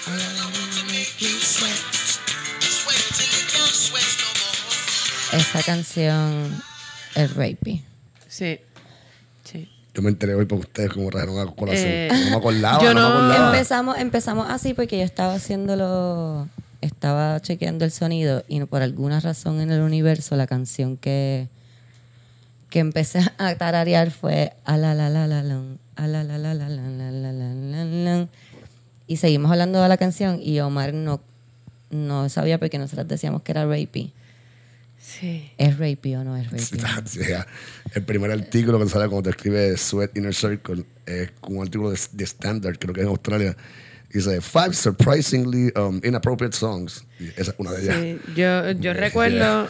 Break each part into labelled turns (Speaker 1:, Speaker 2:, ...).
Speaker 1: Esa canción es rapey.
Speaker 2: Sí. Sí.
Speaker 3: Yo me enteré hoy porque ustedes como trajeron a colación. No me acordaba,
Speaker 2: yo
Speaker 3: no me
Speaker 2: no-
Speaker 3: acordaba.
Speaker 1: Empezamos así porque yo estaba chequeando el sonido y por alguna razón en el universo la canción que empecé a tararear fue a la la la la la a la la la la la la la la la la. Y seguimos hablando de la canción y Omar no sabía porque nosotros decíamos que era rapey.
Speaker 2: Sí.
Speaker 1: ¿Es rapey o no es rapey?
Speaker 3: Sí, ya. El primer artículo que sale cuando te escribe Sweat Inner Circle es un artículo de Standard, creo que es en Australia. Dice 5 surprisingly inappropriate songs. Y esa es una de ellas.
Speaker 2: Sí, yo recuerdo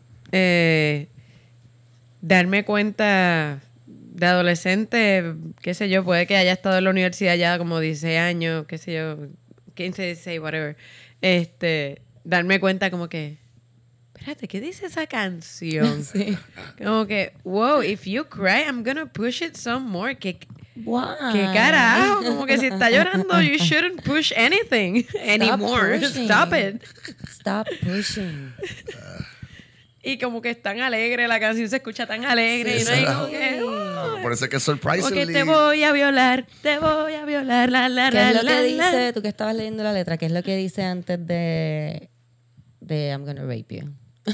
Speaker 2: darme cuenta de adolescente, qué sé yo, puede que haya estado en la universidad ya como 16 años, qué sé yo, 15, 16, whatever. Darme cuenta como que, espérate, ¿qué dice esa canción?
Speaker 1: Sí.
Speaker 2: Como que, wow, if you cry, I'm gonna push it some more. ¿Qué
Speaker 1: Why?
Speaker 2: carajo? Como que si está llorando, you shouldn't push anything anymore.
Speaker 1: pushing.
Speaker 2: Stop it.
Speaker 1: Stop pushing.
Speaker 2: Y como que es tan alegre, la canción se escucha tan alegre.
Speaker 3: Sí,
Speaker 2: y no hay
Speaker 3: sí.
Speaker 2: como que, oh,
Speaker 3: Por eso es que
Speaker 2: como que
Speaker 3: surprisingly.
Speaker 2: te voy a violar, la,
Speaker 1: ¿Qué es lo que
Speaker 2: la.
Speaker 1: dice? Tú que estabas leyendo la letra, ¿qué es lo que dice antes de I'm gonna rape you?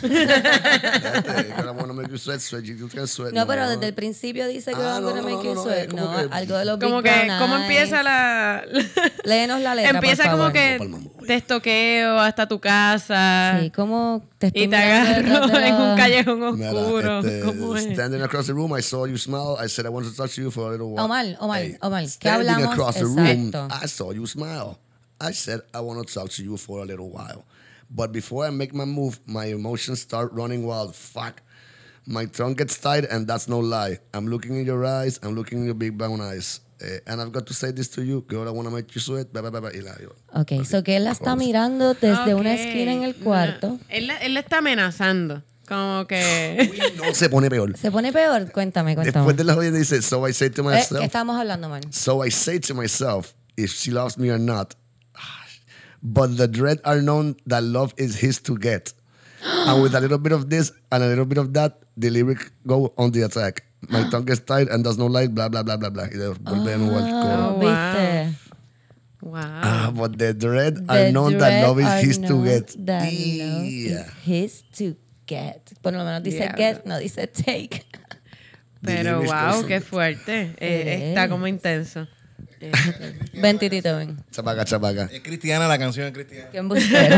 Speaker 1: No, pero desde el principio dice que I'm gonna make you sweat. No, algo de los Big
Speaker 2: Como que,
Speaker 1: Brown
Speaker 2: ¿cómo
Speaker 1: Eyes.
Speaker 2: empieza la
Speaker 1: Léenos la letra,
Speaker 2: empieza
Speaker 1: por
Speaker 2: como
Speaker 1: favor.
Speaker 2: que te estoqueo hasta tu casa.
Speaker 1: Sí, como te estoy
Speaker 2: Y te
Speaker 1: mirando
Speaker 2: agarro
Speaker 1: detrás de
Speaker 2: en un
Speaker 1: la-
Speaker 2: callejón oscuro.
Speaker 3: Mira,
Speaker 2: ¿Cómo es?
Speaker 3: standing across the room, I saw you smile. I said I wanted to touch you for a little while.
Speaker 1: Omar, ¿qué
Speaker 3: Standing
Speaker 1: hablamos?
Speaker 3: across the room,
Speaker 1: Exacto.
Speaker 3: I saw you smile. I said I want to talk to you for a little while. But before I make my move, my emotions start running wild. Fuck. My tongue gets tied, and that's no lie. I'm looking in your eyes. I'm looking in your big brown eyes. And I've got to say this to you. Girl, I want to make you sweat. Blah, blah, blah, blah. Y la digo,
Speaker 1: Ok, so que él la está mirando desde una
Speaker 2: Ok.
Speaker 1: esquina en el cuarto.
Speaker 2: Él le está amenazando. Como que...
Speaker 3: uy, no, se pone peor.
Speaker 1: ¿Se pone peor? Cuéntame.
Speaker 3: Después de la jodida dice, so I say to
Speaker 1: ¿Qué
Speaker 3: myself,
Speaker 1: estamos hablando, man?
Speaker 3: so I say to myself, if she loves me or not. But the dread are known that love is his to get. And with a little bit of this and a little bit of that, the lyric go on the attack. My tongue gets tied and does no like, blah, blah, blah, blah, blah. Y de vuelve de nuevo al coro.
Speaker 2: wow.
Speaker 1: ¿Viste?
Speaker 2: Wow.
Speaker 3: But the dread are known that love is his to get.
Speaker 1: That love
Speaker 3: Yeah.
Speaker 1: is his to get. Por lo menos dice
Speaker 2: Diablo.
Speaker 1: get, no dice take.
Speaker 2: Pero
Speaker 3: lyrics
Speaker 2: wow,
Speaker 3: goes
Speaker 2: qué
Speaker 3: on.
Speaker 2: fuerte. Está como intenso.
Speaker 1: Ven, titito, ven.
Speaker 3: Chapaca, chapaca.
Speaker 4: Es cristiana, la canción es cristiana.
Speaker 1: Qué embustero.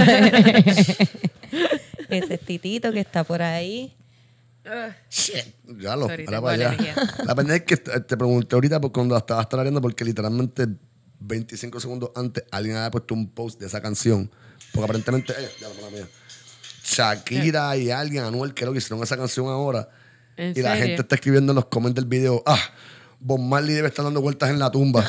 Speaker 1: Ese es Titito que está por ahí.
Speaker 3: Shit, ya lo,
Speaker 2: Sorry,
Speaker 3: ahora
Speaker 2: tengo
Speaker 3: para allá.
Speaker 2: alergia.
Speaker 3: La pendeja es que te pregunté ahorita por cuando la estabas tarareando porque literalmente 25 segundos antes alguien había puesto un post de esa canción. Porque aparentemente, ya la mala mía. Shakira y alguien, Anuel, creo que hicieron esa canción ahora.
Speaker 2: ¿En
Speaker 3: Y la
Speaker 2: serio?
Speaker 3: gente está escribiendo en los comments del video, Bob Marley debe estar dando vueltas en la tumba.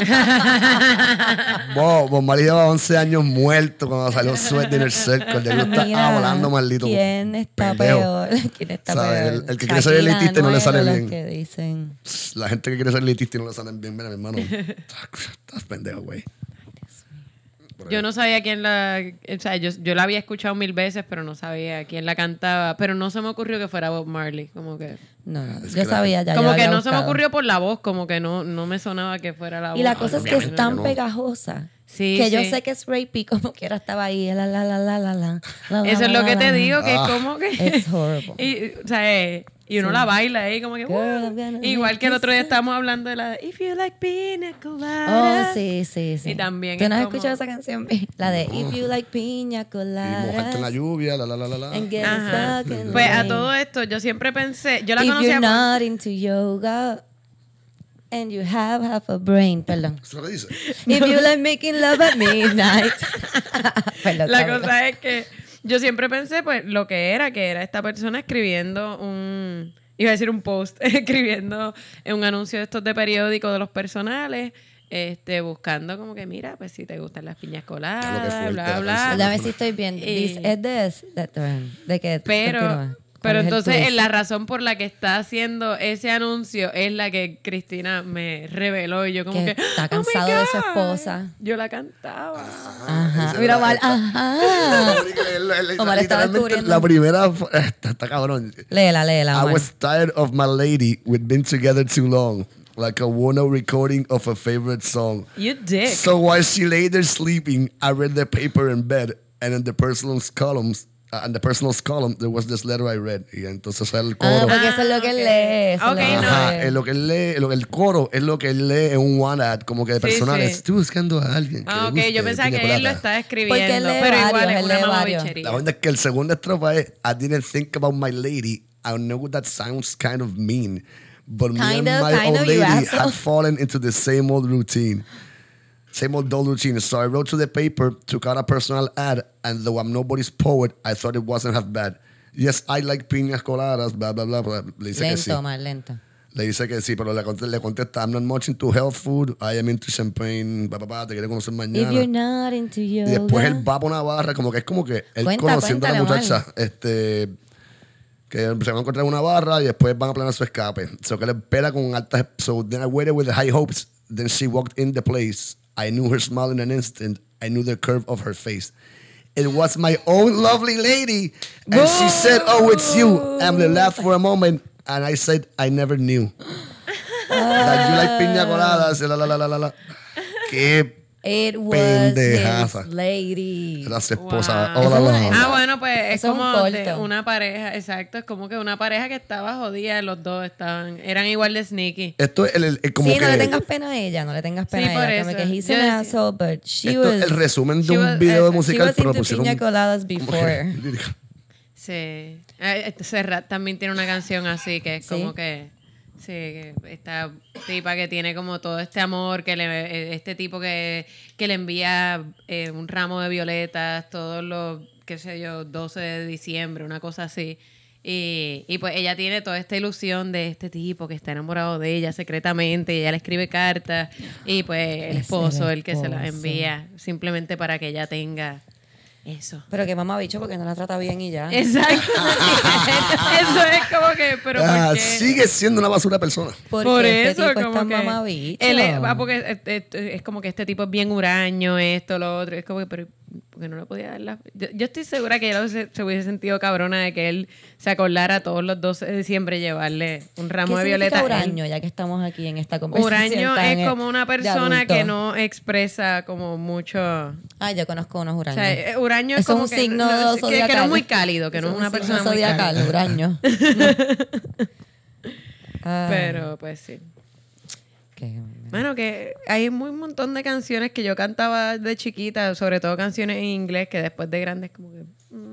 Speaker 3: Bob Marley lleva 11 años muerto cuando salió Sweat Inner Circle. De está
Speaker 1: Mira,
Speaker 3: hablando maldito.
Speaker 1: ¿quién está
Speaker 3: pendejo.
Speaker 1: peor? ¿Quién está
Speaker 3: ¿Sabes?
Speaker 1: peor?
Speaker 3: El que quiere ser elitista y no le sale
Speaker 1: Anuel o
Speaker 3: bien.
Speaker 1: los que dicen...
Speaker 3: La gente que quiere ser elitista y no le salen bien, mira, mi hermano. Estás pendejo, güey.
Speaker 2: Yo no sabía quién la... O sea, yo la había escuchado 1000 veces, pero no sabía quién la cantaba. Pero no se me ocurrió que fuera Bob Marley. Como que...
Speaker 1: No,
Speaker 3: Es
Speaker 1: yo
Speaker 3: que
Speaker 1: sabía ya.
Speaker 2: como
Speaker 1: yo
Speaker 2: que
Speaker 1: había
Speaker 2: no se me
Speaker 1: buscado.
Speaker 2: ocurrió por la voz. Como que no me sonaba que fuera la voz.
Speaker 1: Y la cosa es que es
Speaker 3: Obviamente
Speaker 1: tan
Speaker 3: no.
Speaker 1: pegajosa
Speaker 2: Sí,
Speaker 1: que yo
Speaker 2: sí.
Speaker 1: sé que es rapey como quiera estaba ahí. La.
Speaker 2: Eso es lo que te digo, que es como que...
Speaker 1: Es horrible.
Speaker 2: Y, o sea, y uno la baila ahí como que...
Speaker 1: Girl,
Speaker 2: "Wow".
Speaker 1: I'm gonna
Speaker 2: Igual
Speaker 1: make
Speaker 2: que el
Speaker 1: you
Speaker 2: otro día
Speaker 1: sweat.
Speaker 2: estábamos hablando de la... If you like pina
Speaker 1: Oh,
Speaker 2: coladas.
Speaker 1: sí.
Speaker 2: Y también
Speaker 1: ¿Tú no has
Speaker 2: es como-
Speaker 1: escuchado esa canción? La de If You Like Piña
Speaker 3: Y
Speaker 1: Coladas
Speaker 3: mojarte en la lluvia, la.
Speaker 1: and get
Speaker 2: Ajá.
Speaker 1: stuck in the
Speaker 2: Pues a
Speaker 1: rain.
Speaker 2: todo esto, yo siempre pensé... Yo la
Speaker 1: If
Speaker 2: conocía
Speaker 1: you're
Speaker 2: por...
Speaker 1: not into yoga and you have half a brain, perdón.
Speaker 3: ¿Eso es lo que dice?
Speaker 1: If you like making love at midnight. Perdón,
Speaker 2: La
Speaker 1: perdón.
Speaker 2: cosa es que yo siempre pensé, pues, lo que era esta persona escribiendo iba a decir un post, escribiendo un anuncio de estos de periódico de los personales, buscando como que, mira, pues si te gustan las piñas
Speaker 3: Ya lo que
Speaker 2: coladas,
Speaker 3: fuerte
Speaker 2: bla,
Speaker 3: la
Speaker 2: bla.
Speaker 3: canción.
Speaker 1: Déjame ver si estoy bien.
Speaker 2: Y-
Speaker 1: Es de qué?
Speaker 2: Pero
Speaker 1: Continúa.
Speaker 2: Pero
Speaker 1: es el
Speaker 2: entonces
Speaker 1: twist?
Speaker 2: la razón por la que está haciendo ese anuncio es la que Cristina me reveló. Y yo como
Speaker 1: Que
Speaker 2: que...
Speaker 1: está
Speaker 2: "Oh my
Speaker 1: cansado de su
Speaker 2: God".
Speaker 1: esposa.
Speaker 2: Yo la cantaba.
Speaker 1: Ajá.
Speaker 3: Esa
Speaker 1: Mira,
Speaker 3: era-
Speaker 1: Omar,
Speaker 3: esta-
Speaker 1: ajá. Omar está
Speaker 3: Literalmente
Speaker 1: descubriendo.
Speaker 3: la primera está cabrón.
Speaker 1: Léela,
Speaker 3: I
Speaker 1: Omar.
Speaker 3: was tired of my lady. We'd been together too long. Like a worn-out recording of a favorite song.
Speaker 2: You dick.
Speaker 3: So while she lay there sleeping, I read the paper in bed, and in the personals columns, in the personals column, there was this letter I read. Y entonces el coro.
Speaker 1: Porque eso es lo que él
Speaker 2: ok.
Speaker 1: lee. Eso
Speaker 2: Ok,
Speaker 1: es lo que
Speaker 2: no.
Speaker 3: Ajá,
Speaker 1: lee.
Speaker 3: lo que él lee, el coro es lo que él lee en un one ad, como que de
Speaker 2: Sí,
Speaker 3: personales.
Speaker 2: sí.
Speaker 3: Estoy buscando a alguien que le
Speaker 2: Ah, ok,
Speaker 3: guste
Speaker 2: yo pensaba
Speaker 3: piña
Speaker 2: que él lo
Speaker 3: colada.
Speaker 2: estaba
Speaker 1: Porque él
Speaker 2: escribiendo.
Speaker 1: lee
Speaker 2: Pero igual
Speaker 1: varios,
Speaker 2: es
Speaker 1: él
Speaker 2: una
Speaker 1: lee varios.
Speaker 2: mamabichería.
Speaker 3: La onda es que el segunda estrofa es I didn't think about my lady. I know that sounds kind of mean. But me and
Speaker 1: Kind of,
Speaker 3: my old
Speaker 1: you
Speaker 3: lady
Speaker 1: asshole.
Speaker 3: had fallen into the same old routine. Same old dull routine. So I wrote to the paper, took out a personal ad, and though I'm nobody's poet, I thought it wasn't half bad. Yes, I like piñas coladas, blah, blah, blah, blah. Le dice que sí.
Speaker 1: Lento, Omar, lento.
Speaker 3: Le dice que sí, pero le contesta, I'm not much into health food, I am into champagne, te quiere conocer
Speaker 1: If
Speaker 3: mañana.
Speaker 1: you're not into yoga.
Speaker 3: Y después él va por una barra, como que es como que él
Speaker 1: Cuenta,
Speaker 3: conociendo a la
Speaker 1: cuéntale,
Speaker 3: muchacha, que se van a encontrar en una barra y después van a planear su escape. So que le espera con altas. So then I waited with high hopes. Then she walked in the place. I knew her smile in an instant. I knew the curve of her face. It was my own lovely lady. And she said, "Oh, it's you." Emily laughed for a moment, and I said, "I never knew." That you like piña coladas. La. Qué
Speaker 1: It was
Speaker 3: pendejaza.
Speaker 1: his lady.
Speaker 3: Era su esposa.
Speaker 2: Wow.
Speaker 3: Hola,
Speaker 1: Eso es
Speaker 3: hola.
Speaker 1: una-
Speaker 2: Ah, bueno, pues es
Speaker 1: Eso es un
Speaker 2: como de
Speaker 1: corto.
Speaker 2: una pareja, exacto, es como que una pareja que estaba jodida, los dos eran igual de sneaky.
Speaker 3: Esto es el como
Speaker 1: Sí,
Speaker 3: que.
Speaker 1: no le tengas pena a ella, no le tengas pena
Speaker 2: Sí,
Speaker 1: a
Speaker 2: por
Speaker 1: ella. Como
Speaker 2: eso.
Speaker 1: que he's
Speaker 2: Yo
Speaker 1: an
Speaker 2: decía-
Speaker 1: asshole, but she
Speaker 3: Esto
Speaker 1: was...
Speaker 3: es el resumen de
Speaker 2: she
Speaker 3: un
Speaker 2: was-
Speaker 3: video
Speaker 2: she
Speaker 3: musical,
Speaker 1: was
Speaker 3: pero
Speaker 1: into
Speaker 3: pusieron
Speaker 1: piña coladas
Speaker 3: como que
Speaker 1: before.
Speaker 3: lírica.
Speaker 2: Sí. Serrat también tiene una canción así que es
Speaker 1: ¿Sí?
Speaker 2: como que sí, que esta tipa que tiene como todo este amor, este tipo que le envía un ramo de violetas todos los, qué sé yo, 12 de diciembre, una cosa así. Y pues ella tiene toda esta ilusión de este tipo que está enamorado de ella secretamente y ella le escribe cartas y pues el
Speaker 1: Es
Speaker 2: esposo
Speaker 1: el
Speaker 2: el que se las
Speaker 1: esposo.
Speaker 2: envía simplemente para que ella tenga eso.
Speaker 1: Pero que mamá bicho porque no la trata bien y ya.
Speaker 2: Exacto. Eso es como que, pero ¿por qué?
Speaker 3: Sigue siendo una basura persona.
Speaker 1: Porque
Speaker 2: Por
Speaker 1: este
Speaker 2: eso,
Speaker 1: tipo es
Speaker 2: como
Speaker 1: tan
Speaker 2: que
Speaker 1: mamabicho.
Speaker 2: porque es como que este tipo es bien huraño, esto, lo otro. Es como que, pero porque no le podía dar la... Yo estoy segura que ella se hubiese sentido cabrona de que él se acordara todos los 12 de diciembre llevarle un ramo
Speaker 1: ¿Qué
Speaker 2: de
Speaker 1: significa
Speaker 2: violeta.
Speaker 1: huraño, ya que estamos aquí en esta conversación?
Speaker 2: Huraño
Speaker 1: tan,
Speaker 2: es como una
Speaker 1: de
Speaker 2: persona
Speaker 1: adulto?
Speaker 2: que no expresa como mucho...
Speaker 1: Ah, yo conozco unos
Speaker 2: O
Speaker 1: huraños.
Speaker 2: sea, huraño es
Speaker 1: Eso es
Speaker 2: como
Speaker 1: un
Speaker 2: que,
Speaker 1: signo
Speaker 2: que no es
Speaker 1: zodiacal.
Speaker 2: muy cálido, que no es
Speaker 1: Eso
Speaker 2: una
Speaker 1: un signo
Speaker 2: persona muy
Speaker 1: zodiacal,
Speaker 2: cálida.
Speaker 1: huraño. Ah,
Speaker 2: Pero pues sí.
Speaker 1: qué-
Speaker 2: Bueno, que hay un montón de canciones que yo cantaba de chiquita, sobre todo canciones en inglés, que después de grandes como que...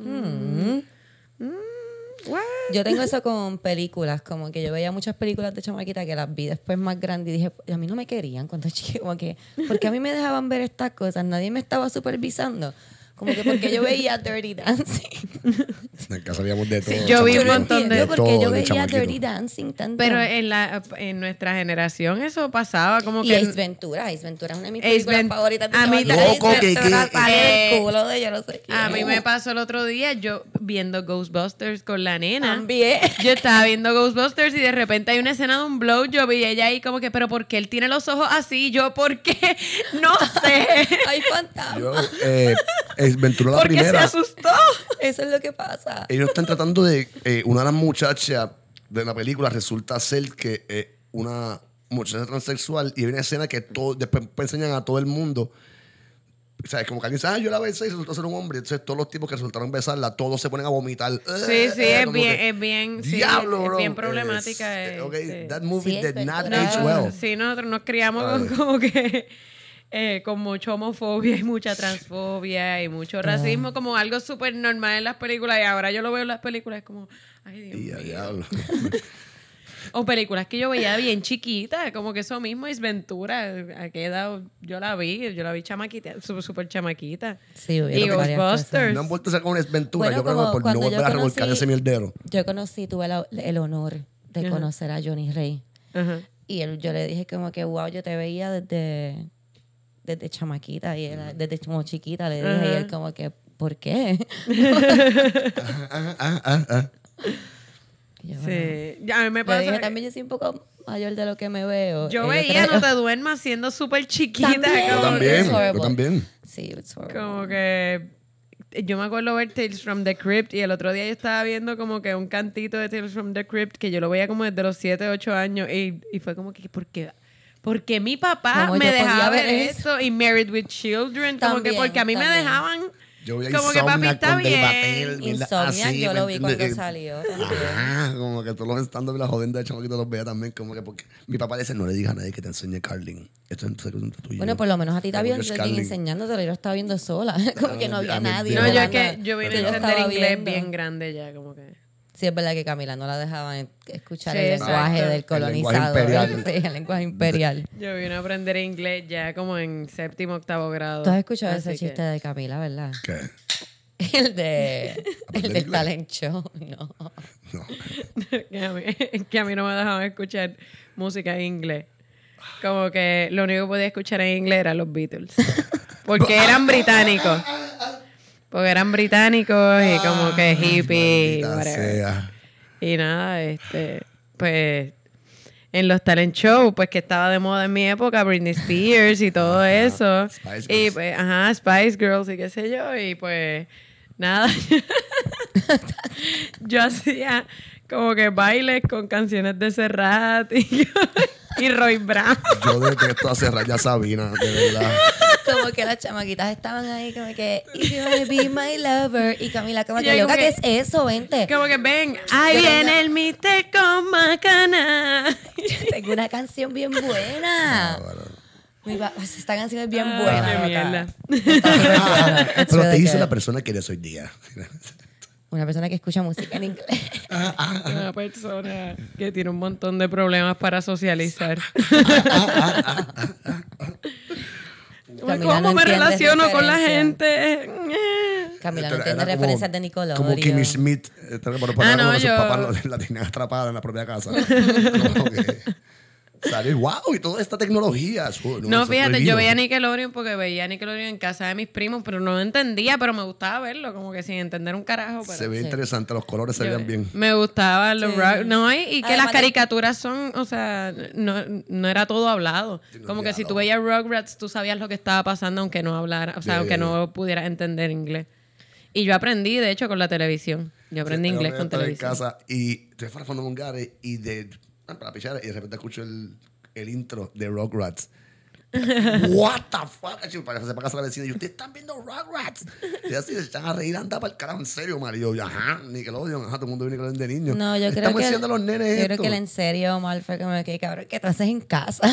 Speaker 2: what?
Speaker 1: Yo tengo eso con películas, como que yo veía muchas películas de chamaquita que las vi después más grande y dije, a mí no me querían cuando chiquita, como que, ¿por qué a mí me dejaban ver estas cosas? Nadie me estaba supervisando. Como que porque yo veía Dirty Dancing.
Speaker 3: En casa sabíamos de todo.
Speaker 2: yo vi un
Speaker 3: chamaquito.
Speaker 2: montón de-
Speaker 1: porque
Speaker 3: todo
Speaker 1: yo
Speaker 3: de
Speaker 1: veía
Speaker 3: chamaquito.
Speaker 1: Dirty Dancing tanto.
Speaker 2: Pero en nuestra generación eso pasaba como
Speaker 1: y
Speaker 2: que...
Speaker 1: Ace Ventura es una de mis
Speaker 2: Ace
Speaker 1: películas
Speaker 2: Ven-
Speaker 1: favoritas de
Speaker 2: a mí
Speaker 1: chamaquita.
Speaker 3: Loco,
Speaker 1: Ace
Speaker 3: que-
Speaker 1: Ventura
Speaker 3: que-
Speaker 1: sale
Speaker 2: eh,
Speaker 1: del culo de yo no sé quién.
Speaker 2: A mí me pasó el otro día yo viendo Ghostbusters con la nena.
Speaker 1: También.
Speaker 2: Yo estaba viendo Ghostbusters y de repente hay una escena de un blowjob y ella ahí como que, pero ¿por qué él tiene los ojos así? Yo, ¿por qué? No sé.
Speaker 1: Hay fantasmas.
Speaker 3: Yo, Ventura la
Speaker 2: ¿Por qué se
Speaker 3: primera.
Speaker 2: asustó?
Speaker 1: Eso es lo que pasa.
Speaker 3: Ellos están tratando de. Una de las muchachas de la película resulta ser que una muchacha transexual y hay una escena que después enseñan a todo el mundo. O sea, es como que alguien dice, yo la besé y resultó ser un hombre. Entonces, todos los tipos que resultaron besarla, todos se ponen a vomitar.
Speaker 2: Sí, sí, es
Speaker 3: Como
Speaker 2: bien,
Speaker 3: que,
Speaker 2: es bien, sí,
Speaker 3: Diablo,
Speaker 2: es
Speaker 3: bro.
Speaker 2: bien problemática.
Speaker 3: Ok,
Speaker 2: sí.
Speaker 3: that movie
Speaker 1: Sí, es
Speaker 3: did not
Speaker 1: verdad.
Speaker 3: age
Speaker 2: No,
Speaker 3: well.
Speaker 2: sí, nosotros nos criamos
Speaker 3: Ay.
Speaker 2: como que con mucha homofobia y mucha transfobia y mucho racismo como algo súper normal en las películas y ahora yo lo veo en las películas es como, ay Dios
Speaker 3: Y a
Speaker 2: mío.
Speaker 3: diablo.
Speaker 2: O películas que yo veía bien chiquita, como que eso mismo es Ventura. ¿A qué edad yo la vi chamaquita, súper chamaquita.
Speaker 1: Sí,
Speaker 2: Y
Speaker 1: hubieron varias
Speaker 2: Ghostbusters.
Speaker 3: No han vuelto a sacar una desventura.
Speaker 1: Bueno,
Speaker 3: yo creo
Speaker 1: como
Speaker 3: que por no
Speaker 1: cuando
Speaker 3: volver
Speaker 1: yo
Speaker 3: a revolcar
Speaker 1: conocí-
Speaker 3: ese mierdero.
Speaker 1: Yo tuve el honor de
Speaker 2: Ajá.
Speaker 1: conocer a Johnny Rey.
Speaker 2: Ajá.
Speaker 1: Y yo le dije como que, wow, yo te veía desde chamaquita, y desde como chiquita, le dije, y él como que, ¿por qué? Y yo, bueno,
Speaker 2: Sí. Ya, a mí me
Speaker 1: le
Speaker 2: pasa.
Speaker 1: dije también, yo soy un poco mayor de lo que me veo.
Speaker 2: Yo
Speaker 1: Y
Speaker 2: veía
Speaker 1: creo-
Speaker 2: No te duermas siendo súper chiquita.
Speaker 1: También.
Speaker 3: Yo
Speaker 2: Como
Speaker 3: también,
Speaker 1: It's
Speaker 2: que,
Speaker 1: horrible.
Speaker 3: yo también.
Speaker 1: Sí, it's horrible.
Speaker 2: como que yo me acuerdo ver Tales from the Crypt y el otro día yo estaba viendo como que un cantito de Tales from the Crypt que yo lo veía como desde los 7, 8 años y fue como que, ¿por qué mi papá
Speaker 1: Como
Speaker 2: me
Speaker 1: yo podía
Speaker 2: dejaba
Speaker 1: ver
Speaker 2: ver
Speaker 1: eso.
Speaker 2: esto? Y Married with Children, como que
Speaker 1: También,
Speaker 2: porque a mí me
Speaker 1: también.
Speaker 2: dejaban
Speaker 3: Yo vi a
Speaker 2: como que papi
Speaker 3: Insomniac
Speaker 2: está
Speaker 3: con Dave
Speaker 2: bien.
Speaker 3: Attell, mierda,
Speaker 1: Insomniac,
Speaker 3: así,
Speaker 1: yo
Speaker 3: ¿me
Speaker 1: lo vi
Speaker 3: entiendes?
Speaker 1: cuando salió también.
Speaker 3: Ajá, como que todos los estando la joven de chamaquito los veía también, como que porque mi papá dice, no le digas a nadie que te enseñe Carlin. Esto es entre tú y
Speaker 1: Bueno,
Speaker 3: yo.
Speaker 1: por lo menos a ti te había
Speaker 3: Porque es
Speaker 1: alguien
Speaker 3: Carlin.
Speaker 1: enseñándotelo, yo lo estaba viendo sola. Como que no había
Speaker 3: a mí-
Speaker 1: nadie.
Speaker 2: No, yo es
Speaker 1: mirando
Speaker 2: que yo vine
Speaker 1: que
Speaker 2: a
Speaker 1: yo
Speaker 2: entender
Speaker 1: estaba
Speaker 2: inglés
Speaker 1: viendo.
Speaker 2: bien grande ya, como que.
Speaker 1: Sí, es verdad que Camila no la dejaban escuchar
Speaker 2: Sí,
Speaker 1: el
Speaker 2: exacto.
Speaker 1: lenguaje del
Speaker 3: El lenguaje
Speaker 1: colonizador.
Speaker 3: imperial.
Speaker 1: Sí, el lenguaje imperial.
Speaker 2: Yo vine a aprender inglés ya como en 7º, 8º grado.
Speaker 1: Tú has escuchado
Speaker 2: Así
Speaker 1: ese
Speaker 2: que-
Speaker 1: chiste de Camila, ¿verdad?
Speaker 3: ¿Qué?
Speaker 1: El de
Speaker 3: ¿Aprender
Speaker 1: el del
Speaker 3: inglés?
Speaker 1: talent show. No.
Speaker 3: No.
Speaker 2: que a mí no me dejaban escuchar música en inglés. Como que lo único que podía escuchar en inglés eran los Beatles. Porque eran británicos. Porque eran británicos y como que hippie,
Speaker 3: Maldita
Speaker 2: whatever.
Speaker 3: sea.
Speaker 2: Y nada, pues en los talent shows, pues que estaba de moda en mi época, Britney Spears y todo eso.
Speaker 3: Spice
Speaker 2: Y
Speaker 3: Girls.
Speaker 2: pues, ajá, Spice Girls y qué sé yo. Y pues, nada. Yo hacía como que bailes con canciones de Serrat y Roy Brown.
Speaker 3: Yo detesto a Raya Sabina, de verdad.
Speaker 1: Como que las chamaquitas estaban ahí como que If you wanna be my lover. Y Camila como
Speaker 2: Y
Speaker 1: que
Speaker 2: yo
Speaker 1: loca,
Speaker 2: como
Speaker 1: ¿qué
Speaker 2: que-
Speaker 1: es eso? Vente.
Speaker 2: Como que ven, ahí
Speaker 1: Yo
Speaker 2: viene
Speaker 1: tengo-
Speaker 2: el mister con macana.
Speaker 1: Tengo una canción bien buena. Esta canción es bien
Speaker 2: Ah,
Speaker 1: buena.
Speaker 2: qué
Speaker 1: loca.
Speaker 2: mierda.
Speaker 1: It's
Speaker 3: Pero te
Speaker 1: really
Speaker 3: dice
Speaker 1: good.
Speaker 3: la persona que eres hoy día.
Speaker 1: Una persona que escucha música en inglés.
Speaker 2: Una persona que tiene un montón de problemas para socializar.
Speaker 1: Camila
Speaker 2: ¿Cómo
Speaker 1: no
Speaker 2: me
Speaker 1: entiende
Speaker 2: relaciono con la
Speaker 1: referencias.
Speaker 2: gente?
Speaker 1: Camila no
Speaker 3: Era
Speaker 1: entiende
Speaker 3: como-
Speaker 1: referencias de Nickelodeon.
Speaker 3: Como Kimmy Schmidt. Por poner
Speaker 2: no,
Speaker 3: como sus
Speaker 2: yo-
Speaker 3: papás la tenían atrapada en la propia casa. Como que salió, wow, y toda esta tecnología.
Speaker 2: No,
Speaker 3: eso es
Speaker 2: fíjate,
Speaker 3: prohibido.
Speaker 2: yo veía Nickelodeon porque veía Nickelodeon en casa de mis primos, pero no entendía, pero me gustaba verlo, como que sin entender un carajo. Pero
Speaker 3: Se ve interesante, los colores se
Speaker 2: yo-
Speaker 3: veían bien.
Speaker 2: Me gustaban los
Speaker 1: Sí.
Speaker 2: rock. No, y que
Speaker 1: Además
Speaker 2: las
Speaker 1: de-
Speaker 2: caricaturas son, o sea, no era todo hablado.
Speaker 3: no
Speaker 2: Como que si
Speaker 3: diálogo.
Speaker 2: tú veías Rugrats, tú sabías lo que estaba pasando aunque no hablara, o sea,
Speaker 3: Ya,
Speaker 2: aunque
Speaker 3: ya,
Speaker 2: no pudieras entender inglés. Y yo aprendí, de hecho, con la televisión. Yo aprendí
Speaker 3: Sí,
Speaker 2: inglés
Speaker 3: yo
Speaker 2: con
Speaker 3: estaba en
Speaker 2: televisión.
Speaker 3: casa y estoy fuera de Mongares y para pichar y de repente escucho el intro de Rugrats. What the fuck? Para que se para casa la vecina y yo, ustedes están viendo Rugrats. Y así se echan a reír, anda para el carajo, en serio, Mario. Y yo, ajá, Nickelodeon, ajá, todo el mundo ve Nickelodeon de niños.
Speaker 1: No, yo creo
Speaker 3: Estamos
Speaker 1: que.
Speaker 3: haciendo a los nenes
Speaker 1: yo creo
Speaker 3: esto.
Speaker 1: que el en serio mal fue como que, cabrón, ¿qué tú haces en casa?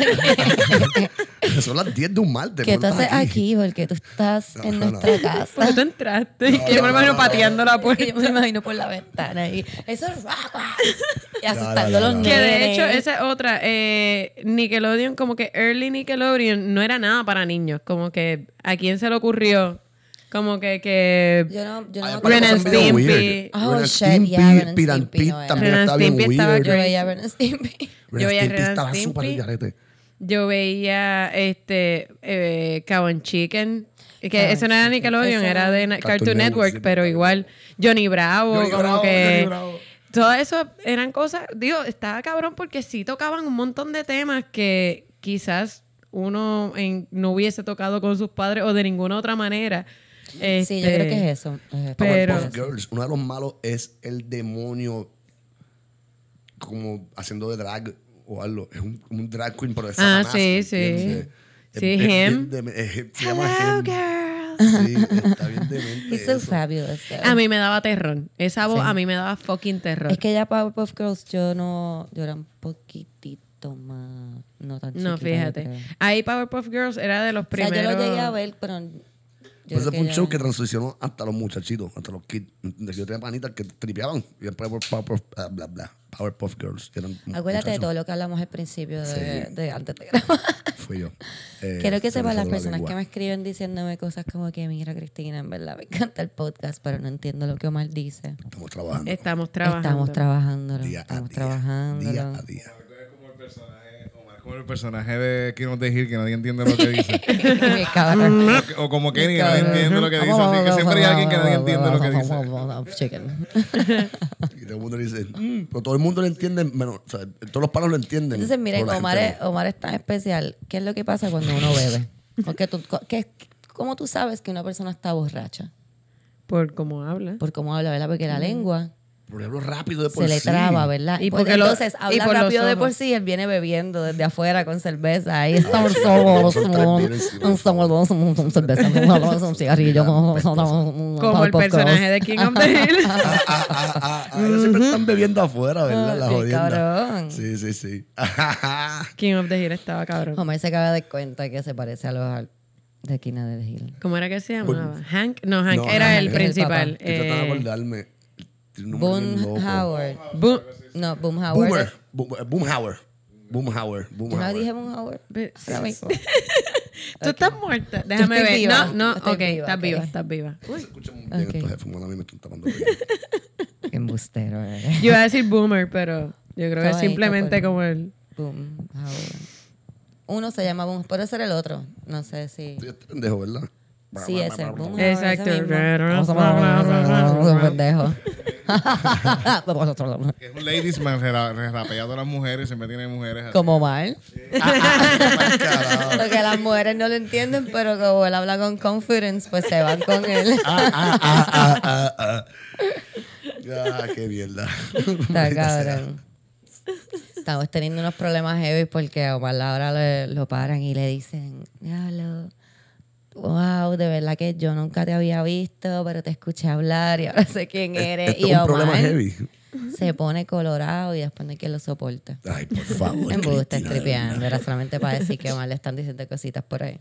Speaker 3: Son las 10 de un martes.
Speaker 1: ¿Qué
Speaker 3: ¿por
Speaker 1: tú
Speaker 3: qué
Speaker 1: haces
Speaker 3: estás
Speaker 1: aquí? Porque tú estás en
Speaker 3: No,
Speaker 1: nuestra
Speaker 3: no.
Speaker 1: casa.
Speaker 2: ¿Por qué tú entraste? Que yo me lo imagino pateando la
Speaker 1: Es
Speaker 2: puerta.
Speaker 1: que yo me imagino por la ventana y eso es Rugrats. Y asustando a
Speaker 3: no,
Speaker 1: los
Speaker 3: no.
Speaker 1: nenes.
Speaker 2: Que de hecho, esa es otra. Nickelodeon, como que early Nickelodeon no era nada para niños. Como que a quién se le ocurrió. Como que
Speaker 1: Yo no
Speaker 3: Ay,
Speaker 1: me
Speaker 3: para
Speaker 2: Ren
Speaker 3: cosas
Speaker 2: and
Speaker 3: medio
Speaker 2: Stimpy.
Speaker 3: weird.
Speaker 1: Oh,
Speaker 3: Ren and
Speaker 1: shit,
Speaker 3: Stimpy,
Speaker 1: yeah, Ren and
Speaker 3: Piran
Speaker 1: Stimpy,
Speaker 3: Pit
Speaker 1: no era.
Speaker 3: también
Speaker 2: Ren and
Speaker 3: estaba bien
Speaker 2: Stimpy estaba
Speaker 3: weird.
Speaker 1: Yo veía Ren and Stimpy.
Speaker 3: Ren
Speaker 2: Yo
Speaker 3: and
Speaker 2: veía
Speaker 3: Stimpy
Speaker 2: Ren and
Speaker 3: estaba
Speaker 2: Stimpy.
Speaker 3: súper al garete.
Speaker 2: yo veía Cow and Chicken. Que
Speaker 1: Cow
Speaker 2: eso
Speaker 1: and
Speaker 2: no era
Speaker 1: Chicken.
Speaker 2: Nickelodeon,
Speaker 1: Ese
Speaker 2: era de
Speaker 1: no.
Speaker 2: Cartoon Network,
Speaker 3: sí,
Speaker 2: pero igual. Johnny Bravo,
Speaker 3: Johnny
Speaker 2: como
Speaker 3: Bravo,
Speaker 2: que.
Speaker 3: Johnny Bravo.
Speaker 2: Todo eso eran cosas. Digo, estaba cabrón porque sí tocaban un montón de temas que quizás uno no hubiese tocado con sus padres o de ninguna otra manera.
Speaker 1: Sí, yo creo que es eso.
Speaker 2: Pero-
Speaker 3: Powerpuff Girls, uno de los malos es el demonio como haciendo de drag o algo. Es un drag queen, pero de
Speaker 2: Ah,
Speaker 3: Satanás.
Speaker 2: sí,
Speaker 3: ¿me
Speaker 2: sí.
Speaker 3: entiendes?
Speaker 2: Sí,
Speaker 3: bien
Speaker 2: him.
Speaker 3: se llama
Speaker 2: Hello,
Speaker 3: Him.
Speaker 2: girls.
Speaker 3: Sí, está bien demente
Speaker 1: He's so
Speaker 3: eso.
Speaker 1: fabulous. though.
Speaker 2: A mí me daba terror. Esa voz
Speaker 1: Sí.
Speaker 2: a mí me daba fucking terror.
Speaker 1: Es que ya Powerpuff Girls yo era un poquitito más, no tan chiquita.
Speaker 2: No,
Speaker 1: yo
Speaker 2: fíjate.
Speaker 1: creo.
Speaker 2: Ahí Powerpuff Girls era de los
Speaker 1: O sea,
Speaker 2: primeros.
Speaker 1: yo lo llegué a ver, pero
Speaker 3: Pues ese fue un
Speaker 1: ya-
Speaker 3: show que transicionó hasta los muchachitos, hasta los kids. Yo tenía panitas que tripeaban. Y después Powerpuff Girls. Eran
Speaker 1: Acuérdate de
Speaker 3: muchachos.
Speaker 1: todo lo que hablamos al principio de,
Speaker 3: Sí.
Speaker 1: de antes de grabar.
Speaker 3: Fui yo.
Speaker 1: Quiero que
Speaker 3: se me
Speaker 1: sepan las
Speaker 3: salió la
Speaker 1: personas
Speaker 3: lengua.
Speaker 1: que me escriben diciéndome cosas como que, mira, Cristina, en verdad me encanta el podcast, pero no entiendo lo que Omar dice.
Speaker 3: Estamos trabajando.
Speaker 2: Estamos trabajando.
Speaker 1: Estamos trabajándolo.
Speaker 3: Día a
Speaker 1: Estamos
Speaker 3: día.
Speaker 1: trabajándolo.
Speaker 3: Día a día.
Speaker 4: Omar como el personaje de King of the Hill, que nadie entiende lo que dice.
Speaker 1: Cabrón.
Speaker 4: O como Kenny, que nadie entiende lo que dice. Así que siempre hay alguien que nadie entiende lo que dice.
Speaker 1: Chicken.
Speaker 3: todo el mundo le dice, pero todo el mundo lo entiende, menos, o sea, todos los palos lo entienden.
Speaker 1: Entonces, miren,
Speaker 3: pero la
Speaker 1: Omar
Speaker 3: gente
Speaker 1: es, Omar es tan especial. ¿Qué es lo que pasa cuando uno bebe? Porque ¿cómo tú sabes que una persona está borracha?
Speaker 2: Por cómo habla.
Speaker 1: Por cómo habla, ¿verdad? Porque la lengua
Speaker 3: no. Por ejemplo, rápido de por
Speaker 1: se le
Speaker 3: sí.
Speaker 1: traba, ¿verdad?
Speaker 2: Y
Speaker 1: Pues
Speaker 2: porque
Speaker 1: entonces
Speaker 2: y
Speaker 1: habla
Speaker 2: por los
Speaker 1: rápido de
Speaker 2: ojos.
Speaker 1: por sí, él viene bebiendo desde afuera con cerveza. Ahí estamos solos,
Speaker 3: Son tres bienes, sí, por favor.
Speaker 1: un cerveza, un cigarrillo.
Speaker 2: Como el personaje de King of the Hill.
Speaker 3: Ellos siempre están bebiendo afuera, ¿verdad? La
Speaker 1: Qué
Speaker 3: jodienda.
Speaker 1: cabrón.
Speaker 3: Sí.
Speaker 2: King of the Hill estaba cabrón.
Speaker 1: Omar se acaba de dar cuenta que se parece a los de Quina de Hill.
Speaker 2: ¿Cómo era que se llamaba? Hank. No, Hank
Speaker 3: No,
Speaker 2: era
Speaker 3: Hank
Speaker 2: el
Speaker 3: es
Speaker 1: el
Speaker 2: principal.
Speaker 3: Estoy tratando de acordarme. Tiene un nombre bien loco.
Speaker 1: Boomhauer.
Speaker 2: Bu-
Speaker 1: No, Boomhauer.
Speaker 3: Boomhauer.
Speaker 1: Yo no dije Boomhauer.
Speaker 2: Be-
Speaker 1: Ahora mismo.
Speaker 2: Tú estás muerta. Déjame
Speaker 1: estoy
Speaker 2: ver.
Speaker 1: viva.
Speaker 2: No,
Speaker 1: Estoy
Speaker 2: ok,
Speaker 1: viva,
Speaker 2: estás
Speaker 1: ok.
Speaker 2: viva, estás viva.
Speaker 3: Se escucha muy bien
Speaker 1: Ok.
Speaker 3: estos headphones, a mí me están tapando.
Speaker 1: Qué embustero,
Speaker 2: Yo iba a decir boomer, pero yo creo que es
Speaker 1: Todo ahí,
Speaker 2: simplemente
Speaker 1: todo
Speaker 2: como el...
Speaker 1: Boomhauer. Uno se llama Boom, puede ser el otro. No sé si.
Speaker 3: Estoy pendejo, ¿verdad?
Speaker 1: Sí, ese. Boomhauer,
Speaker 2: Exacto.
Speaker 1: ese mismo. Un pendejo.
Speaker 4: Que es un ladies man, rapea a todas las mujeres, siempre tiene mujeres así.
Speaker 1: Como mal.
Speaker 3: Carajo.
Speaker 1: Porque las mujeres no lo entienden, pero como él habla con confidence, pues se van con él.
Speaker 3: Qué mierda.
Speaker 1: Está cabrón. Estamos teniendo unos problemas heavy porque a Omar ahora lo paran y le dicen, diablo, wow, de verdad que yo nunca te había visto, pero te escuché hablar y ahora sé quién eres.
Speaker 3: Esto
Speaker 1: Y
Speaker 3: es un problema
Speaker 1: Omar
Speaker 3: heavy.
Speaker 1: se pone colorado y después no hay quien lo soporta.
Speaker 3: Ay, por favor.
Speaker 1: En busta,
Speaker 3: Cristina, de
Speaker 1: tripeando.
Speaker 3: verdad.
Speaker 1: Era solamente para decir que a Omar le están diciendo cositas por ahí.